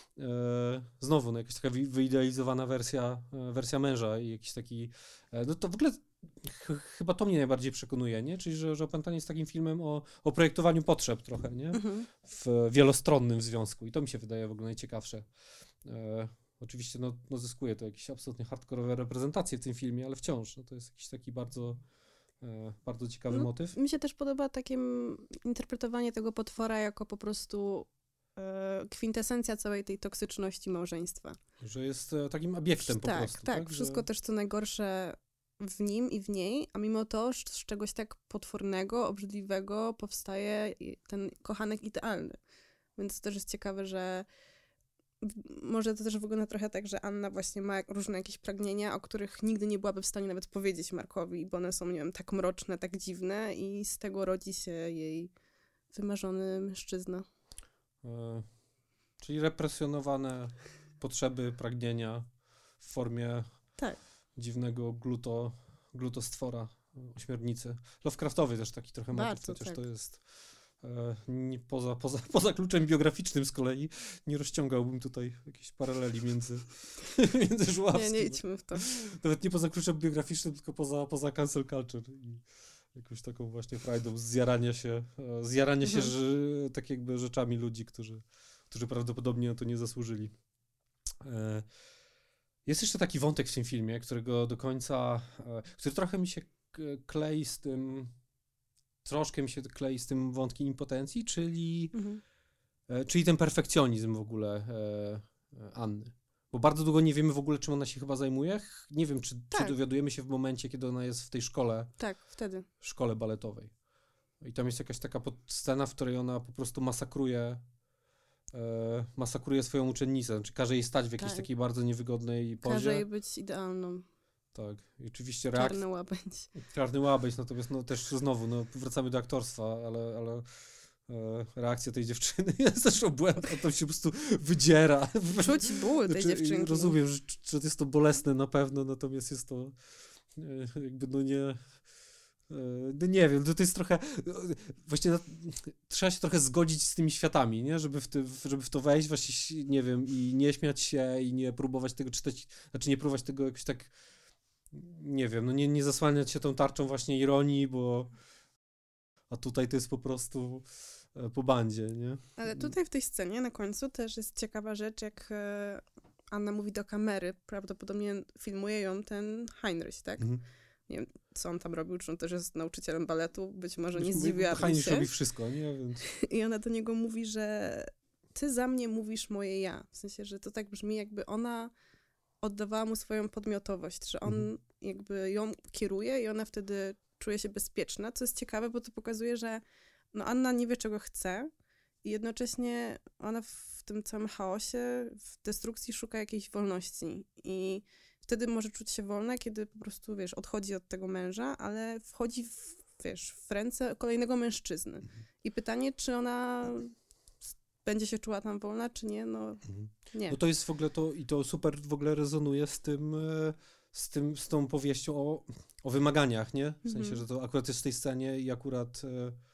Znowu, jakaś taka wyidealizowana wersja męża i jakiś taki, no to w ogóle chyba to mnie najbardziej przekonuje, nie? Czyli, że Opętanie jest takim filmem o projektowaniu potrzeb trochę, nie? W wielostronnym związku i to mi się wydaje w ogóle najciekawsze. Oczywiście, no zyskuje to jakieś absolutnie hardkorowe reprezentacje w tym filmie, ale wciąż, no to jest jakiś taki bardzo ciekawy motyw. Mi się też podoba takie interpretowanie tego potwora jako po prostu kwintesencja całej tej toksyczności małżeństwa. Że jest takim obiektem po prostu. Tak, wszystko też co najgorsze w nim i w niej, a mimo to z czegoś tak potwornego, obrzydliwego powstaje ten kochanek idealny. Więc to też jest ciekawe, że może to też wygląda trochę tak, że Anna właśnie ma różne jakieś pragnienia, o których nigdy nie byłaby w stanie nawet powiedzieć Markowi, bo one są, nie wiem, tak mroczne, tak dziwne i z tego rodzi się jej wymarzony mężczyzna. Czyli represjonowane potrzeby, pragnienia w formie dziwnego glutostwora, ośmiornicy. Lovecraftowy też taki trochę motyw, chociaż to jest poza kluczem biograficznym z kolei nie rozciągałbym tutaj jakiejś paraleli między Żuławskim. Nie idźmy w to. Nawet nie poza kluczem biograficznym, tylko poza cancel culture i jakąś taką właśnie frajdą zjarania się tak jakby rzeczami ludzi, którzy prawdopodobnie na to nie zasłużyli. Jest jeszcze taki wątek w tym filmie, którego do końca, który trochę mi się klei z tym, troszkę mi się klei z tym wątkiem impotencji, czyli ten perfekcjonizm w ogóle Anny. Bo bardzo długo nie wiemy w ogóle, czym ona się chyba zajmuje. Nie wiem, czy Tak. dowiadujemy się w momencie, kiedy ona jest w tej szkole. Tak, wtedy. Szkole baletowej. I tam jest jakaś taka scena, w której ona po prostu masakruje swoją uczennicę. Znaczy każe jej stać w jakiejś takiej bardzo niewygodnej pozie. Każe jej być idealną. Tak. I oczywiście Czarny łabędź. Czarny łabędź, natomiast też znowu, wracamy do aktorstwa, ale reakcja tej dziewczyny jest też obłędna, to się po prostu wydziera. Czuć ból tej dziewczynki. Rozumiem, że jest to bolesne na pewno, natomiast jest to jakby nie wiem, to jest trochę, właśnie trzeba się trochę zgodzić z tymi światami, nie? Żeby w to wejść, właśnie, nie wiem, i nie śmiać się, i nie próbować tego czytać, znaczy nie próbować tego jakoś tak, nie wiem, nie zasłaniać się tą tarczą właśnie ironii, a tutaj to jest po prostu po bandzie, nie? Ale tutaj w tej scenie na końcu też jest ciekawa rzecz, jak Anna mówi do kamery, prawdopodobnie filmuje ją ten Heinrich, tak? Nie wiem, co on tam robił, czy on też jest nauczycielem baletu, być może nie zdziwiłabym się. Heinrich robi wszystko, nie? Więc... I ona do niego mówi, że ty za mnie mówisz moje ja. W sensie, że to tak brzmi, jakby ona oddawała mu swoją podmiotowość, że on jakby ją kieruje i ona wtedy czuje się bezpieczna, co jest ciekawe, bo to pokazuje, że Anna nie wie, czego chce i jednocześnie ona w tym całym chaosie, w destrukcji szuka jakiejś wolności i wtedy może czuć się wolna, kiedy po prostu, odchodzi od tego męża, ale wchodzi w ręce kolejnego mężczyzny. I pytanie, czy ona będzie się czuła tam wolna, czy nie, nie. No to jest w ogóle to super w ogóle rezonuje z tą powieścią o wymaganiach, nie? W sensie, że to akurat jest w tej scenie i akurat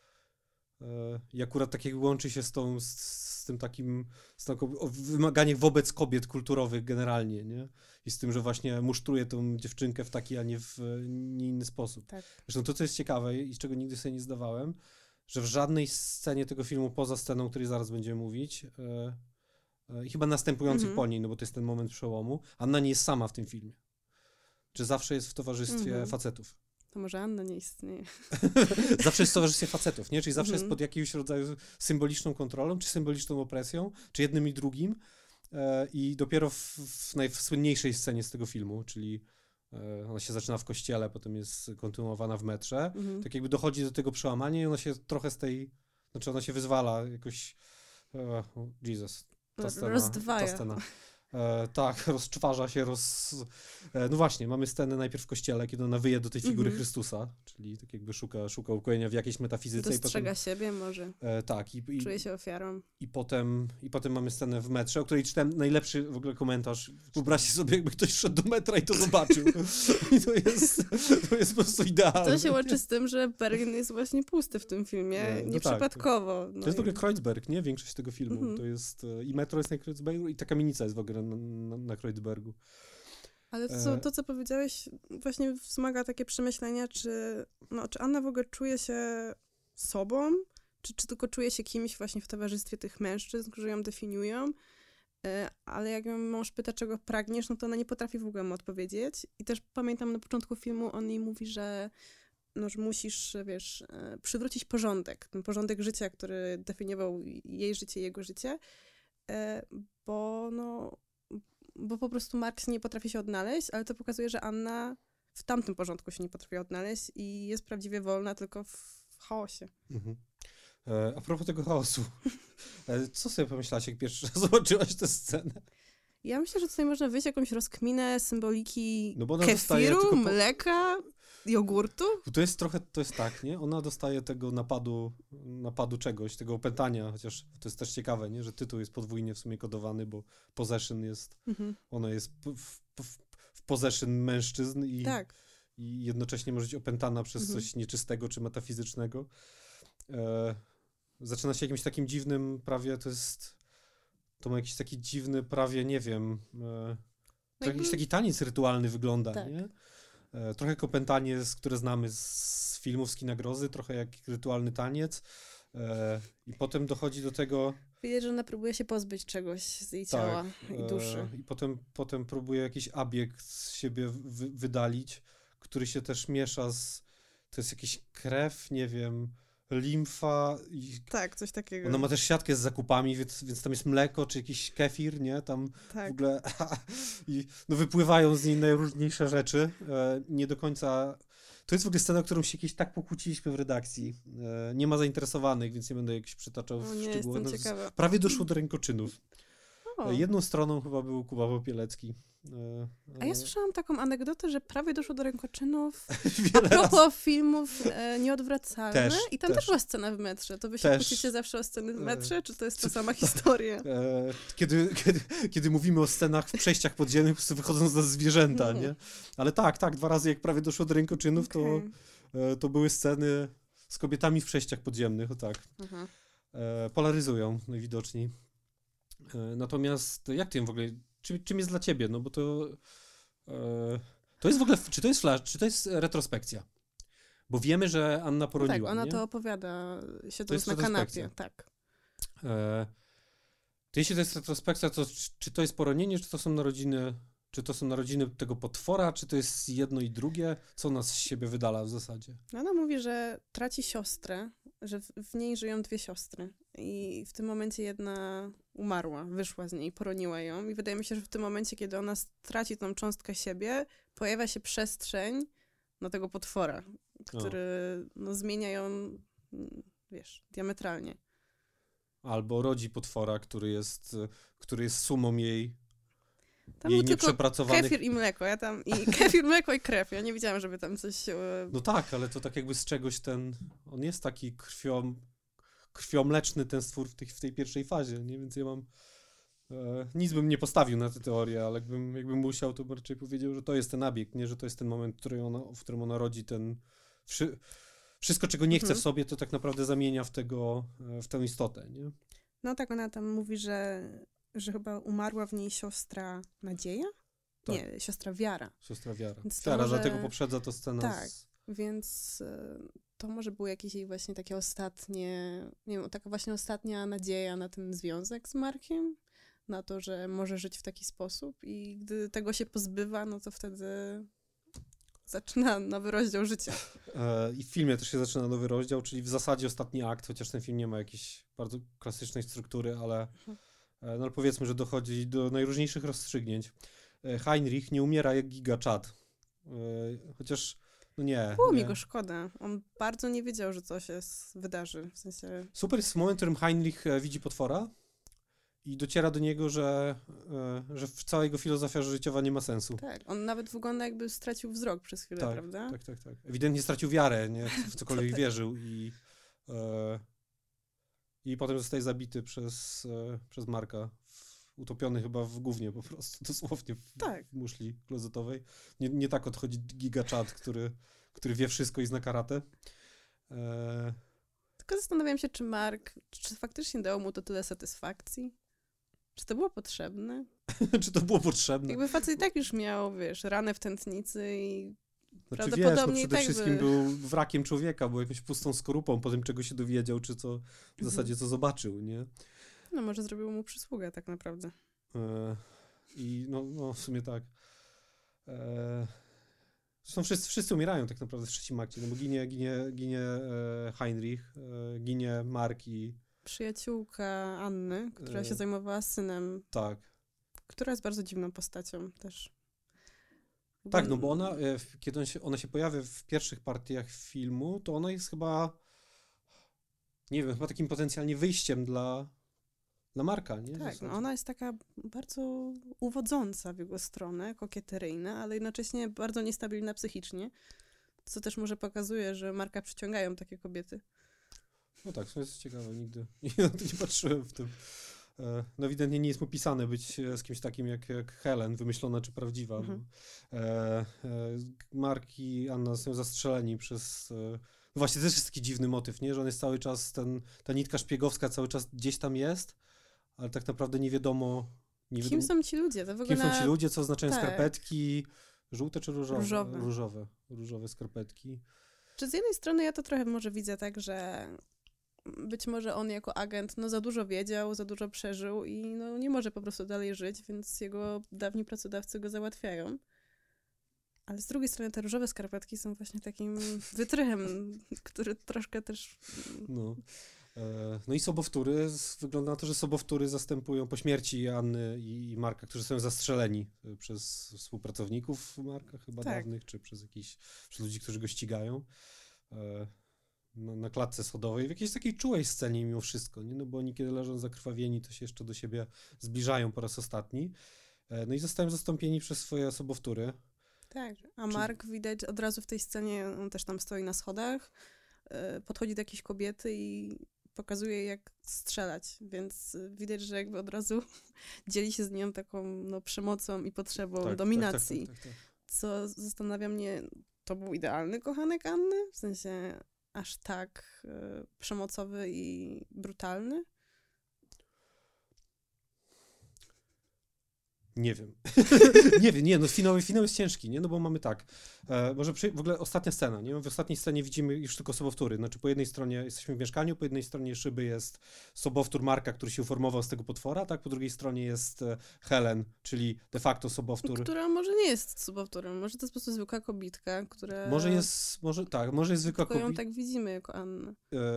tak jakby łączy się z tym takim, o wymaganiach wobec kobiet kulturowych generalnie, nie? I z tym, że właśnie musztruje tą dziewczynkę w taki, a nie w nie inny sposób. Tak. Zresztą to, co jest ciekawe i z czego nigdy sobie nie zdawałem, że w żadnej scenie tego filmu, poza sceną, o której zaraz będziemy mówić, i chyba następujących po niej, no bo to jest ten moment przełomu, Anna nie jest sama w tym filmie. Czy zawsze jest w towarzystwie facetów. To może Anna nie istnieje. Zawsze jest w towarzystwie facetów, nie? Czyli zawsze jest pod jakimś rodzaju symboliczną kontrolą, czy symboliczną opresją, czy jednym i drugim. I dopiero w najsłynniejszej scenie z tego filmu, czyli ona się zaczyna w kościele, potem jest kontynuowana w metrze, tak jakby dochodzi do tego przełamania i ona się trochę ona się wyzwala jakoś, Jesus, ta scena. Tak, rozczwarza się, no właśnie, mamy scenę najpierw w kościele, kiedy ona wyje do tej figury Chrystusa, czyli tak jakby szuka ukojenia w jakiejś metafizyce. Dostrzega siebie może. Tak. Czuje się ofiarą. I potem mamy scenę w metrze, o której czytałem najlepszy w ogóle komentarz. Wyobraźcie sobie, jakby ktoś szedł do metra i to zobaczył. I to jest po prostu idealne. To się łączy z tym, że Berlin jest właśnie pusty w tym filmie, nieprzypadkowo. Tak. To jest w ogóle Kreuzberg, nie? Większość tego filmu. To jest i metro jest na Kreuzbergu i ta kamienica jest w ogóle na Kreuzbergu. Ale co powiedziałeś właśnie wzmaga takie przemyślenia, czy Anna w ogóle czuje się sobą, czy tylko czuje się kimś właśnie w towarzystwie tych mężczyzn, którzy ją definiują, ale jak ją mąż pyta, czego pragniesz, to ona nie potrafi w ogóle mu odpowiedzieć. I też pamiętam na początku filmu on jej mówi, że że musisz, przywrócić porządek, ten porządek życia, który definiował jej życie, jego życie, bo po prostu Marks nie potrafi się odnaleźć, ale to pokazuje, że Anna w tamtym porządku się nie potrafi odnaleźć i jest prawdziwie wolna tylko w chaosie. A propos tego chaosu, co sobie pomyślałaś, jak pierwszy raz zobaczyłaś tę scenę? Ja myślę, że tutaj można wyjść jakąś rozkminę symboliki bo ona kefiru, mleka, jogurtu. To jest tak, nie? Ona dostaje tego napadu czegoś, tego opętania, chociaż to jest też ciekawe, nie? Że tytuł jest podwójnie w sumie kodowany, bo possession jest, ona jest w possession mężczyzn i jednocześnie może być opętana przez coś nieczystego czy metafizycznego. Zaczyna się jakimś takim dziwnym prawie, to ma jakiś taki dziwny prawie, nie wiem, jakiś taki taniec rytualny wygląda, nie? Trochę jak opętanie, które znamy z filmów, z kina grozy, trochę jak rytualny taniec. I potem dochodzi do tego... Widać, że ona próbuje się pozbyć czegoś z jej ciała i duszy. I potem próbuje jakiś abieg z siebie wydalić, który się też miesza to jest jakiś krew, nie wiem, limfa i Tak, coś takiego. ona ma też siatkę z zakupami, więc tam jest mleko czy jakiś kefir, nie? Tam Tak. w ogóle i no wypływają z niej najróżniejsze rzeczy. Nie do końca... To jest w ogóle scena, którą się kiedyś tak pokłóciliśmy w redakcji. Nie ma zainteresowanych, więc nie będę jakiś przytaczał w Nie, szczegółach. jestem ciekawa. Prawie doszło do rękoczynów. O. Jedną stroną chyba był Kuba Popielecki. A ja słyszałam taką anegdotę, że prawie doszło do rękoczynów a Wiele propos filmów Nieodwracalne Też, i tam też też. była scena w metrze. To wy się Też. kłócicie zawsze o sceny w metrze, czy to jest ta sama historia? Kiedy mówimy o scenach w przejściach podziemnych, po prostu wychodzą z nas zwierzęta, nie? Ale tak, 2 razy jak prawie doszło do rękoczynów, Okej. to były sceny z kobietami w przejściach podziemnych, o tak. Aha. Polaryzują najwidoczniej. Natomiast jak ty ją w ogóle, czym jest dla ciebie? No bo to jest w ogóle, czy to jest flash, czy to jest retrospekcja? Bo wiemy, że Anna No poroniła, tak, ona nie? to opowiada To siedząc jest na retrospekcja. kanapie. Tak. To jeśli to jest retrospekcja, to czy to jest poronienie, czy to są narodziny tego potwora, czy to jest jedno i drugie? Co ona z siebie wydala w zasadzie? Ona mówi, że traci siostrę, że w niej żyją 2 siostry i w tym momencie jedna umarła, wyszła z niej, poroniła ją i wydaje mi się, że w tym momencie, kiedy ona straci tą cząstkę siebie, pojawia się przestrzeń na tego potwora, który zmienia ją, wiesz, diametralnie. Albo rodzi potwora, który jest sumą jej Tam jej był tylko nieprzepracowanych... kefir i mleko, kefir, mleko i krew, ja nie wiedziałam, żeby tam coś... No tak, ale to tak jakby z czegoś on jest taki krwiomleczny ten stwór w tej pierwszej fazie, nie? Więc ja mam... nic bym nie postawił na tę teorię, ale jakbym musiał, to bym raczej powiedział, że to jest ten nabieg, nie? Że to jest ten moment, w którym ona rodzi wszystko, czego nie chce w sobie, to tak naprawdę zamienia w tę istotę, nie? No tak, ona tam mówi, że chyba umarła w niej siostra Nadzieja? Tak. Nie, siostra Wiara. Siostra Wiara. Więc to Wiara, może- dlatego poprzedza to scena Tak. Więc to może było jakieś jej właśnie takie ostatnie, nie wiem, taka właśnie ostatnia nadzieja na ten związek z Markiem, na to, że może żyć w taki sposób i gdy tego się pozbywa, no to wtedy zaczyna nowy rozdział życia. I w filmie też się zaczyna nowy rozdział, czyli w zasadzie ostatni akt, chociaż ten film nie ma jakiejś bardzo klasycznej struktury, ale powiedzmy, że dochodzi do najróżniejszych rozstrzygnięć. Heinrich nie umiera jak Giga Chad. Chociaż, no nie. Było mi nie. go szkoda. On bardzo nie wiedział, że coś się wydarzy. W sensie... Super jest moment, w którym Heinrich widzi potwora i dociera do niego, że cała jego filozofia życiowa nie ma sensu. Tak, on nawet wygląda jakby stracił wzrok przez chwilę, Tak, prawda? tak. Ewidentnie stracił wiarę, nie? W cokolwiek tak. wierzył i potem zostaje zabity przez Marka, utopiony chyba w gównie po prostu, dosłownie Tak. w muszli klozetowej. Nie tak odchodzi Giga Chad, który wie wszystko i zna karate. Tylko zastanawiam się, czy faktycznie dało mu to tyle satysfakcji? Czy to było potrzebne? Czy to było potrzebne? Jakby facet i tak już miał, wiesz, ranę w tętnicy i Znaczy, prawdopodobnie przede tak wszystkim by- był wrakiem człowieka, był jakąś pustą skorupą po tym, czego się dowiedział, czy co w zasadzie co zobaczył, nie? no może zrobił mu przysługę tak naprawdę. I no w sumie tak. Zresztą wszyscy umierają tak naprawdę w trzecim akcie, no bo ginie Heinrich, ginie Mark i... Przyjaciółka Anny, która się zajmowała synem, Tak. która jest bardzo dziwną postacią też. Tak, no bo ona, kiedy ona się pojawia w pierwszych partiach filmu, to ona jest chyba, nie wiem, chyba takim potencjalnie wyjściem dla Marka, nie? W Tak, zasadzie. no ona jest taka bardzo uwodząca w jego stronę, kokieteryjna, ale jednocześnie bardzo niestabilna psychicznie, co też może pokazuje, że Marka przyciągają takie kobiety. No tak, to jest ciekawe, nigdy na to nie patrzyłem w tym. No ewidentnie nie jest mu pisane być z kimś takim jak Helen, wymyślona czy prawdziwa. Mhm. Mark i Anna są zastrzeleni przez... No właśnie, to też jest taki dziwny motyw, nie? Że on jest cały czas, ta nitka szpiegowska cały czas gdzieś tam jest, ale tak naprawdę nie wiadomo... Kim są ci ludzie? To Kim są ci ludzie, co oznaczają tak. skarpetki, żółte czy różowe? Różowe. Różowe skarpetki. Czy z jednej strony ja to trochę może widzę tak, że być może on jako agent za dużo wiedział, za dużo przeżył i nie może po prostu dalej żyć, więc jego dawni pracodawcy go załatwiają. Ale z drugiej strony te różowe skarpetki są właśnie takim wytrychem, który troszkę też... No i sobowtóry, wygląda na to, że sobowtóry zastępują po śmierci Anny i Marka, którzy są zastrzeleni przez współpracowników Marka chyba dawnych, czy przez ludzi, którzy go ścigają na klatce schodowej, w jakiejś takiej czułej scenie mimo wszystko, nie? No bo oni kiedy leżą zakrwawieni, to się jeszcze do siebie zbliżają po raz ostatni. No i zostają zastąpieni przez swoje sobowtóry. Tak, a Mark widać od razu w tej scenie, on też tam stoi na schodach, podchodzi do jakiejś kobiety i pokazuje, jak strzelać, więc widać, że jakby od razu dzieli się z nią taką przemocą i potrzebą dominacji. Tak. Co zastanawia mnie, to był idealny kochanek Anny? W sensie aż tak przemocowy i brutalny? Nie wiem. No finał jest ciężki, nie? No bo mamy tak, może w ogóle ostatnia scena, nie? W ostatniej scenie widzimy już tylko sobowtóry, znaczy po jednej stronie jesteśmy w mieszkaniu, po jednej stronie szyby jest sobowtór Marka, który się uformował z tego potwora, tak? Po drugiej stronie jest Helen, czyli de facto sobowtór. Która może nie jest sobowtórem, może to jest po prostu zwykła kobitka, która... Może jest zwykła kobieta. ją tak widzimy jako Annę.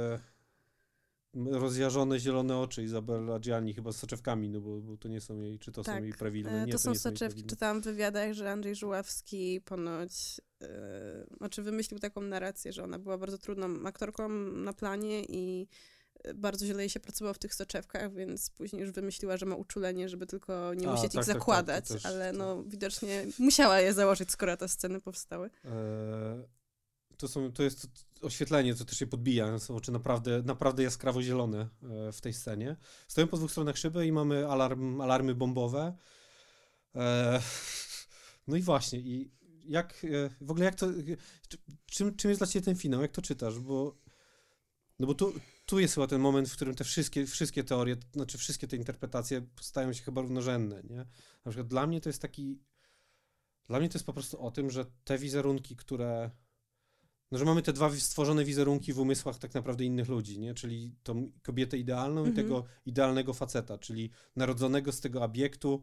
Rozjażone zielone oczy Izabella Gianni chyba z soczewkami, no bo to nie są jej, czy to są jej prawilne? Nie, to są soczewki. Czytałam w wywiadach, że Andrzej Żuławski ponoć wymyślił taką narrację, że ona była bardzo trudną aktorką na planie i bardzo źle jej się pracowało w tych soczewkach, więc później już wymyśliła, że ma uczulenie, żeby tylko nie musieć ich zakładać, ale widocznie musiała je założyć, skoro te sceny powstały. To jest oświetlenie, co też się podbija. Są oczy naprawdę jaskrawo zielone w tej scenie. Stoją po dwóch stronach szyby i mamy alarmy bombowe. No i właśnie, i w ogóle jak to, czym jest dla ciebie ten finał? Jak to czytasz? Bo tu jest chyba ten moment, w którym te wszystkie teorie, znaczy wszystkie te interpretacje stają się chyba równorzędne, nie? Na przykład dla mnie to jest po prostu o tym, że te wizerunki, że mamy te dwa stworzone wizerunki w umysłach tak naprawdę innych ludzi, nie? Czyli tą kobietę idealną i tego idealnego faceta, czyli narodzonego z tego obiektu.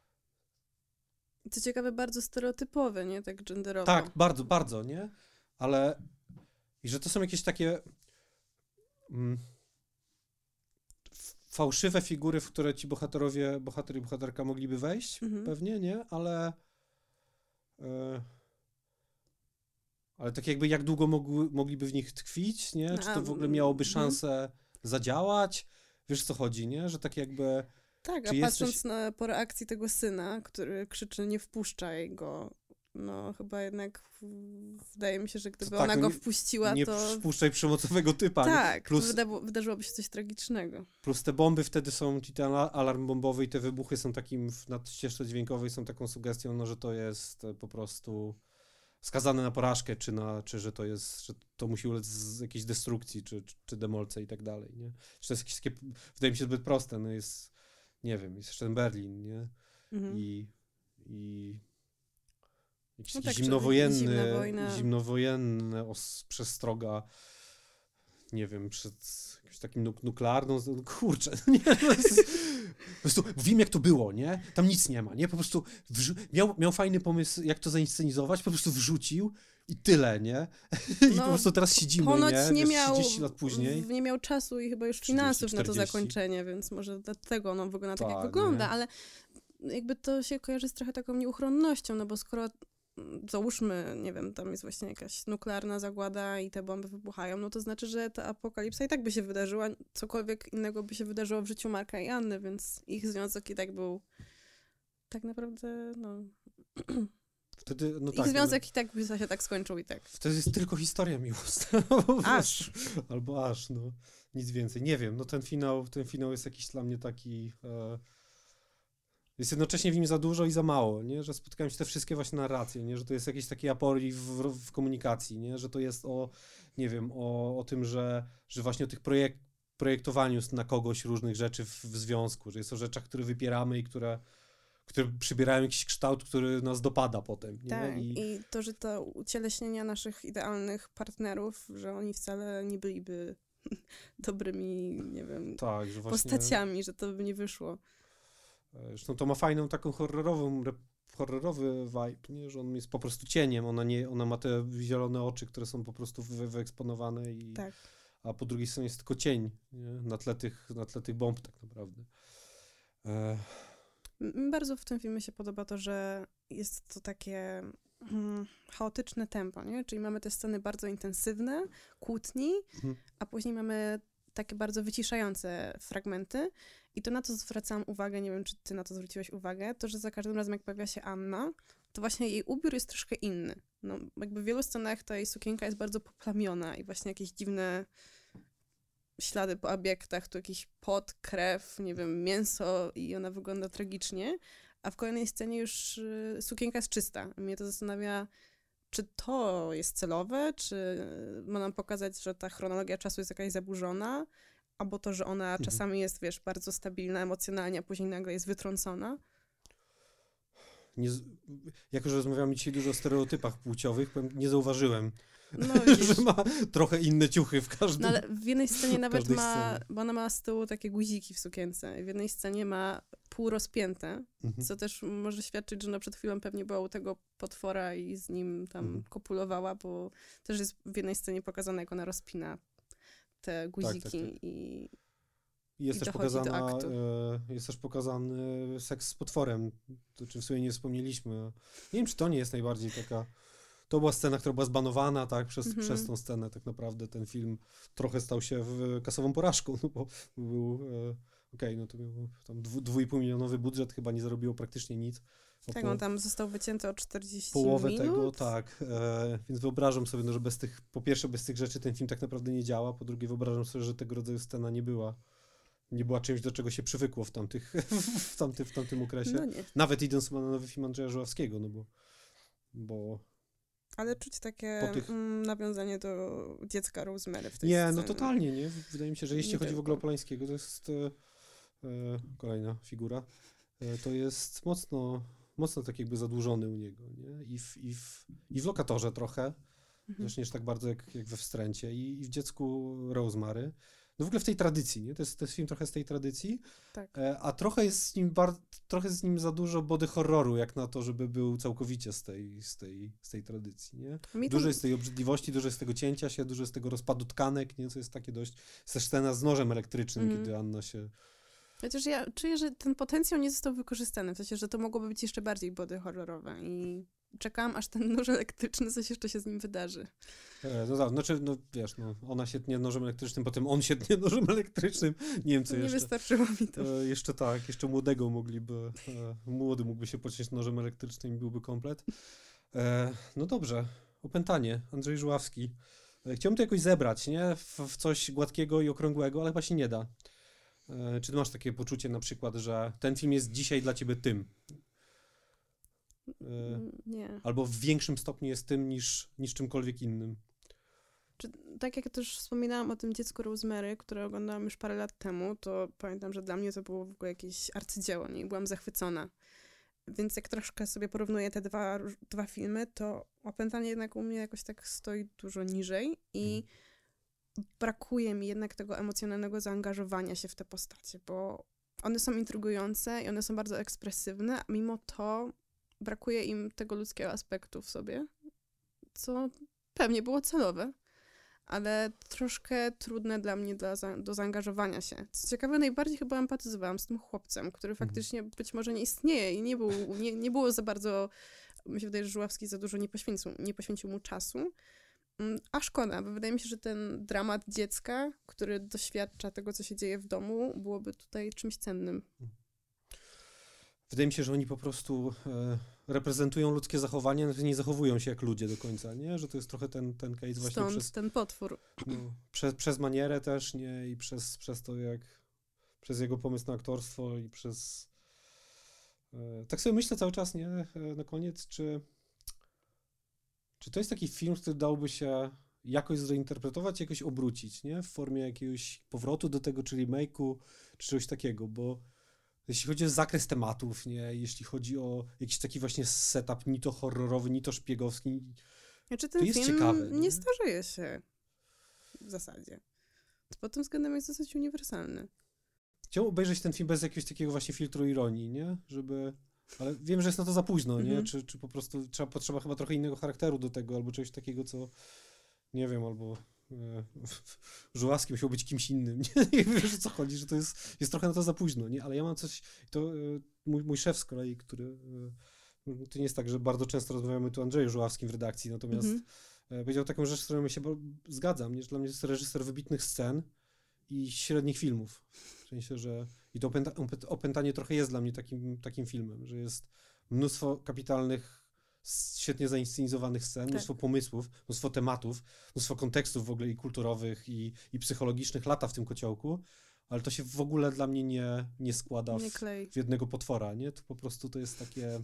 Co ciekawe, bardzo stereotypowe, nie? Tak genderowo. Tak, bardzo, bardzo, nie? Ale i że to są jakieś takie fałszywe figury, w które ci bohater i bohaterka mogliby wejść, pewnie, nie? Ale tak jakby jak długo mogliby w nich tkwić, nie? Czy to w ogóle miałoby szansę zadziałać? Wiesz, co chodzi, nie? Że tak jakby... Tak, a patrząc po reakcji tego syna, który krzyczy, nie wpuszczaj go, chyba jednak wydaje mi się, że gdyby ona go wpuściła, nie to... Nie wpuszczaj przemocowego typa. Tak, plus, wydarzyłoby się coś tragicznego. Plus te bomby wtedy są, ten alarm bombowy i te wybuchy są takim, na ścieżce dźwiękowej są taką sugestią, że to jest po prostu... skazane na porażkę, czy że to musi ulec z jakiejś destrukcji, czy demolce i tak dalej, nie? Czy to jest jakieś takie, wydaje mi się, zbyt proste, jest, nie wiem, jest jeszcze ten Berlin, nie? I jakiś taki zimnowojenny przestroga, nie wiem, przed jakimś takim nuklearną, kurczę, nie, po prostu wiem, jak to było, nie? Tam nic nie ma, nie? Po prostu miał fajny pomysł, jak to zainscenizować, po prostu wrzucił i tyle, nie? I po prostu teraz siedzimy, ponoć nie? 30 lat później. Nie miał czasu i chyba już finansów 40. na to zakończenie, więc może dlatego ono wygląda tak, jak wygląda, nie? Ale jakby to się kojarzy z trochę taką nieuchronnością, bo skoro załóżmy, nie wiem, tam jest właśnie jakaś nuklearna zagłada i te bomby wybuchają, to znaczy, że ta apokalipsa i tak by się wydarzyła, cokolwiek innego by się wydarzyło w życiu Marka i Anny, więc ich związek i tak był tak naprawdę, Wtedy, ich związek i tak by się tak skończył i tak. Wtedy jest tylko historia miłosna. Aż. Albo aż, nic więcej. Nie wiem, ten finał jest jakiś dla mnie taki... Jest jednocześnie w nim za dużo i za mało, nie? Że spotkają się te wszystkie właśnie narracje, nie? Że to jest jakiś taki aporii w komunikacji, nie? Że to jest o tym, że właśnie o tych projektowaniu na kogoś różnych rzeczy w związku, że jest o rzeczach, które wypieramy i które przybierają jakiś kształt, który nas dopada potem. Nie? Tak, i to, że to ucieleśnienia naszych idealnych partnerów, że oni wcale nie byliby dobrymi, nie wiem, tak, że właśnie... postaciami, że to by nie wyszło. Zresztą to ma fajną taką horrorowy vibe, nie? Że on jest po prostu cieniem, ona ma te zielone oczy, które są po prostu wyeksponowane Tak. a po drugiej stronie jest tylko cień, nie? Na tle tych bomb tak naprawdę. Bardzo w tym filmie się podoba to, że jest to takie chaotyczne tempo, nie? Czyli mamy te sceny bardzo intensywne, kłótni, a później mamy takie bardzo wyciszające fragmenty. I to, na co zwracałam uwagę, nie wiem, czy ty na to zwróciłeś uwagę, to, że za każdym razem, jak pojawia się Anna, to właśnie jej ubiór jest troszkę inny. No, jakby w wielu scenach ta jej sukienka jest bardzo poplamiona i właśnie jakieś dziwne ślady po obiektach, tu jakiś pot, krew, nie wiem, mięso i ona wygląda tragicznie, a w kolejnej scenie już sukienka jest czysta. Mnie to zastanawia, czy to jest celowe, czy ma nam pokazać, że ta chronologia czasu jest jakaś zaburzona, albo to, że ona czasami jest, wiesz, bardzo stabilna emocjonalnie, a później nagle jest wytrącona. Jako, że rozmawiamy dzisiaj dużo o stereotypach płciowych, nie zauważyłem, No, że ma trochę inne ciuchy w każdym. No ale w jednej scenie nawet ma, scenie. bo ona ma z tyłu takie guziki w sukience. W jednej scenie ma pół rozpięte, co też może świadczyć, że przed chwilą pewnie była u tego potwora i z nim tam kopulowała, bo też jest w jednej scenie pokazane, jak ona rozpina te guziki tak. i Jest też pokazany seks z potworem, o czym w sumie nie wspomnieliśmy. Nie wiem, czy to nie jest najbardziej taka... To była scena, która była zbanowana, tak, przez tą scenę tak naprawdę ten film trochę stał się kasową porażką, no bo był... no to miał tam 2,5 milionowy budżet, chyba nie zarobiło praktycznie nic. Tak, on tam został wycięty o 40 połowę minut. Tego, tak. Więc wyobrażam sobie, no, że po pierwsze bez tych rzeczy ten film tak naprawdę nie działa, po drugie wyobrażam sobie, że tego rodzaju scena nie była czymś, do czego się przywykło w tamtym okresie. No nie. Nawet idąc na nowy film Andrzeja Żuławskiego, no bo... Ale czuć takie nawiązanie do dziecka Rosemary w tej Nie, scenie. no totalnie, nie? Wydaje mi się, że jeśli chodzi w ogóle o tylko. Polańskiego, to jest kolejna figura, to jest mocno tak jakby zadłużony u niego, nie? I w Lokatorze trochę, zresztą nie tak bardzo jak we Wstręcie i w Dziecku Rosemary. No w ogóle w tej tradycji, nie? To jest film trochę z tej tradycji, Tak. a trochę jest z nim za dużo body horroru, jak na to, żeby był całkowicie z tej tradycji, nie? Dużo jest tej obrzydliwości, dużo jest tego cięcia się, dużo jest tego rozpadu tkanek, nie? Co jest takie dość... Jest też scena z nożem elektrycznym, kiedy Anna się... Chociaż ja czuję, że ten potencjał nie został wykorzystany, w sensie, że to mogłoby być jeszcze bardziej body horrorowe i czekałam, aż ten nóż elektryczny, coś jeszcze się z nim wydarzy. No tak, znaczy, no wiesz, no, ona się tnie nożem elektrycznym, potem on się tnie nożem elektrycznym, nie wiem co jeszcze. Nie wystarczyło mi to. Jeszcze młodego mogliby, młody mógłby się pociąć nożem elektrycznym i byłby komplet. No dobrze, opętanie, Andrzej Żuławski. Chciałbym to jakoś zebrać, nie? W coś gładkiego i okrągłego, ale chyba się nie da. Czy ty masz takie poczucie na przykład, że ten film jest dzisiaj dla ciebie tym? Nie. Albo w większym stopniu jest tym niż czymkolwiek innym? Tak jak też wspominałam o tym Dziecku Rosemary, które oglądałam już parę lat temu, to pamiętam, że dla mnie to było w ogóle jakieś arcydzieło, nie? Byłam zachwycona. Więc jak troszkę sobie porównuję te dwa filmy, to Opętanie jednak u mnie jakoś tak stoi dużo niżej i brakuje mi jednak tego emocjonalnego zaangażowania się w te postacie, bo one są intrygujące i one są bardzo ekspresywne, a mimo to brakuje im tego ludzkiego aspektu w sobie, co pewnie było celowe, ale troszkę trudne dla mnie do zaangażowania się. Co ciekawe, najbardziej chyba empatyzowałam z tym chłopcem, który faktycznie być może nie istnieje i nie było za bardzo, mi się wydaje, że Żuławski za dużo nie poświęcił mu czasu. A szkoda, bo wydaje mi się, że ten dramat dziecka, który doświadcza tego, co się dzieje w domu, byłoby tutaj czymś cennym. Wydaje mi się, że oni po prostu reprezentują ludzkie zachowanie, no to nie zachowują się jak ludzie do końca, nie? Że to jest trochę ten case właśnie Stąd ten potwór. No, przez manierę też, nie? I przez to, przez jego pomysł na aktorstwo i przez... tak sobie myślę cały czas, nie? Na koniec, czy to jest taki film, który dałby się jakoś zreinterpretować, jakoś obrócić, nie? W formie jakiegoś powrotu do tego, czy remake'u, czy czegoś takiego, bo jeśli chodzi o zakres tematów, nie? Jeśli chodzi o jakiś taki właśnie setup, ni to horrorowy, ni to szpiegowski, Znaczy ten to jest film ciekawe, nie starzeje się w zasadzie. Pod tym względem jest dosyć uniwersalny. Chciałem obejrzeć ten film bez jakiegoś takiego właśnie filtru ironii, nie? Żeby Ale wiem, że jest na to za późno, nie? Czy po prostu potrzeba chyba trochę innego charakteru do tego, albo czegoś takiego, co nie wiem, albo Żuławski musiał być kimś innym, nie wiesz, o co chodzi, że to jest trochę na to za późno, nie? Ale ja mam coś, to mój szef z kolei, który, to nie jest tak, że bardzo często rozmawiamy tu o Andrzeju Żuławskim w redakcji, natomiast powiedział taką rzecz, z którą ja się zgadzam, nie? Że dla mnie jest reżyser wybitnych scen i średnich filmów. W sensie, że i to Opętanie trochę jest dla mnie takim filmem, że jest mnóstwo kapitalnych, świetnie zainscenizowanych scen, mnóstwo pomysłów, mnóstwo tematów, mnóstwo kontekstów w ogóle i kulturowych, i psychologicznych lata w tym kociołku, ale to się w ogóle dla mnie nie składa w jednego potwora, nie? To po prostu to jest takie...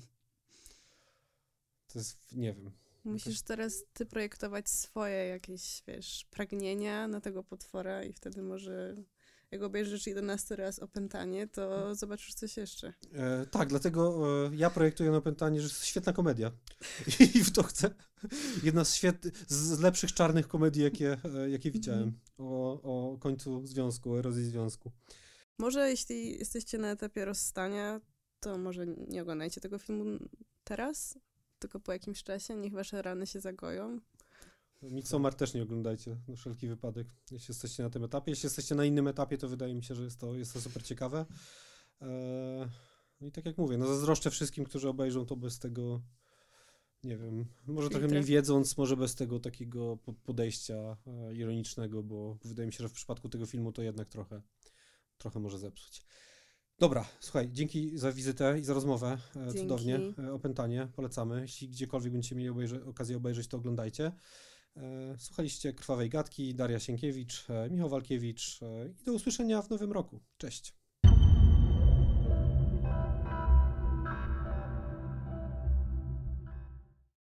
To jest, nie wiem... Musisz teraz ty projektować swoje jakieś, wiesz, pragnienia na tego potwora i wtedy może... Jak obejrzysz 11 raz Opętanie, to zobaczysz coś jeszcze. Tak, dlatego ja projektuję na Opętanie, że jest świetna komedia. I w to chcę. Jedna z lepszych czarnych komedii, jakie widziałem. O końcu związku, o erozji związku. Może jeśli jesteście na etapie rozstania, to może nie oglądajcie tego filmu teraz, tylko po jakimś czasie, niech wasze rany się zagoją. Midsommar też nie oglądajcie, na wszelki wypadek, jeśli jesteście na tym etapie. Jeśli jesteście na innym etapie, to wydaje mi się, że jest to super ciekawe. No i tak jak mówię, no zazdroszczę wszystkim, którzy obejrzą to bez tego, nie wiem, może trochę mniej wiedząc, może bez tego takiego podejścia ironicznego, bo wydaje mi się, że w przypadku tego filmu to jednak trochę może zepsuć. Dobra, słuchaj, dzięki za wizytę i za rozmowę. Dzięki. Cudownie. Opętanie polecamy. Jeśli gdziekolwiek będziecie mieli okazję obejrzeć, to oglądajcie. Słuchaliście Krwawej Gadki, Daria Sienkiewicz, Michał Walkiewicz i do usłyszenia w nowym roku. Cześć.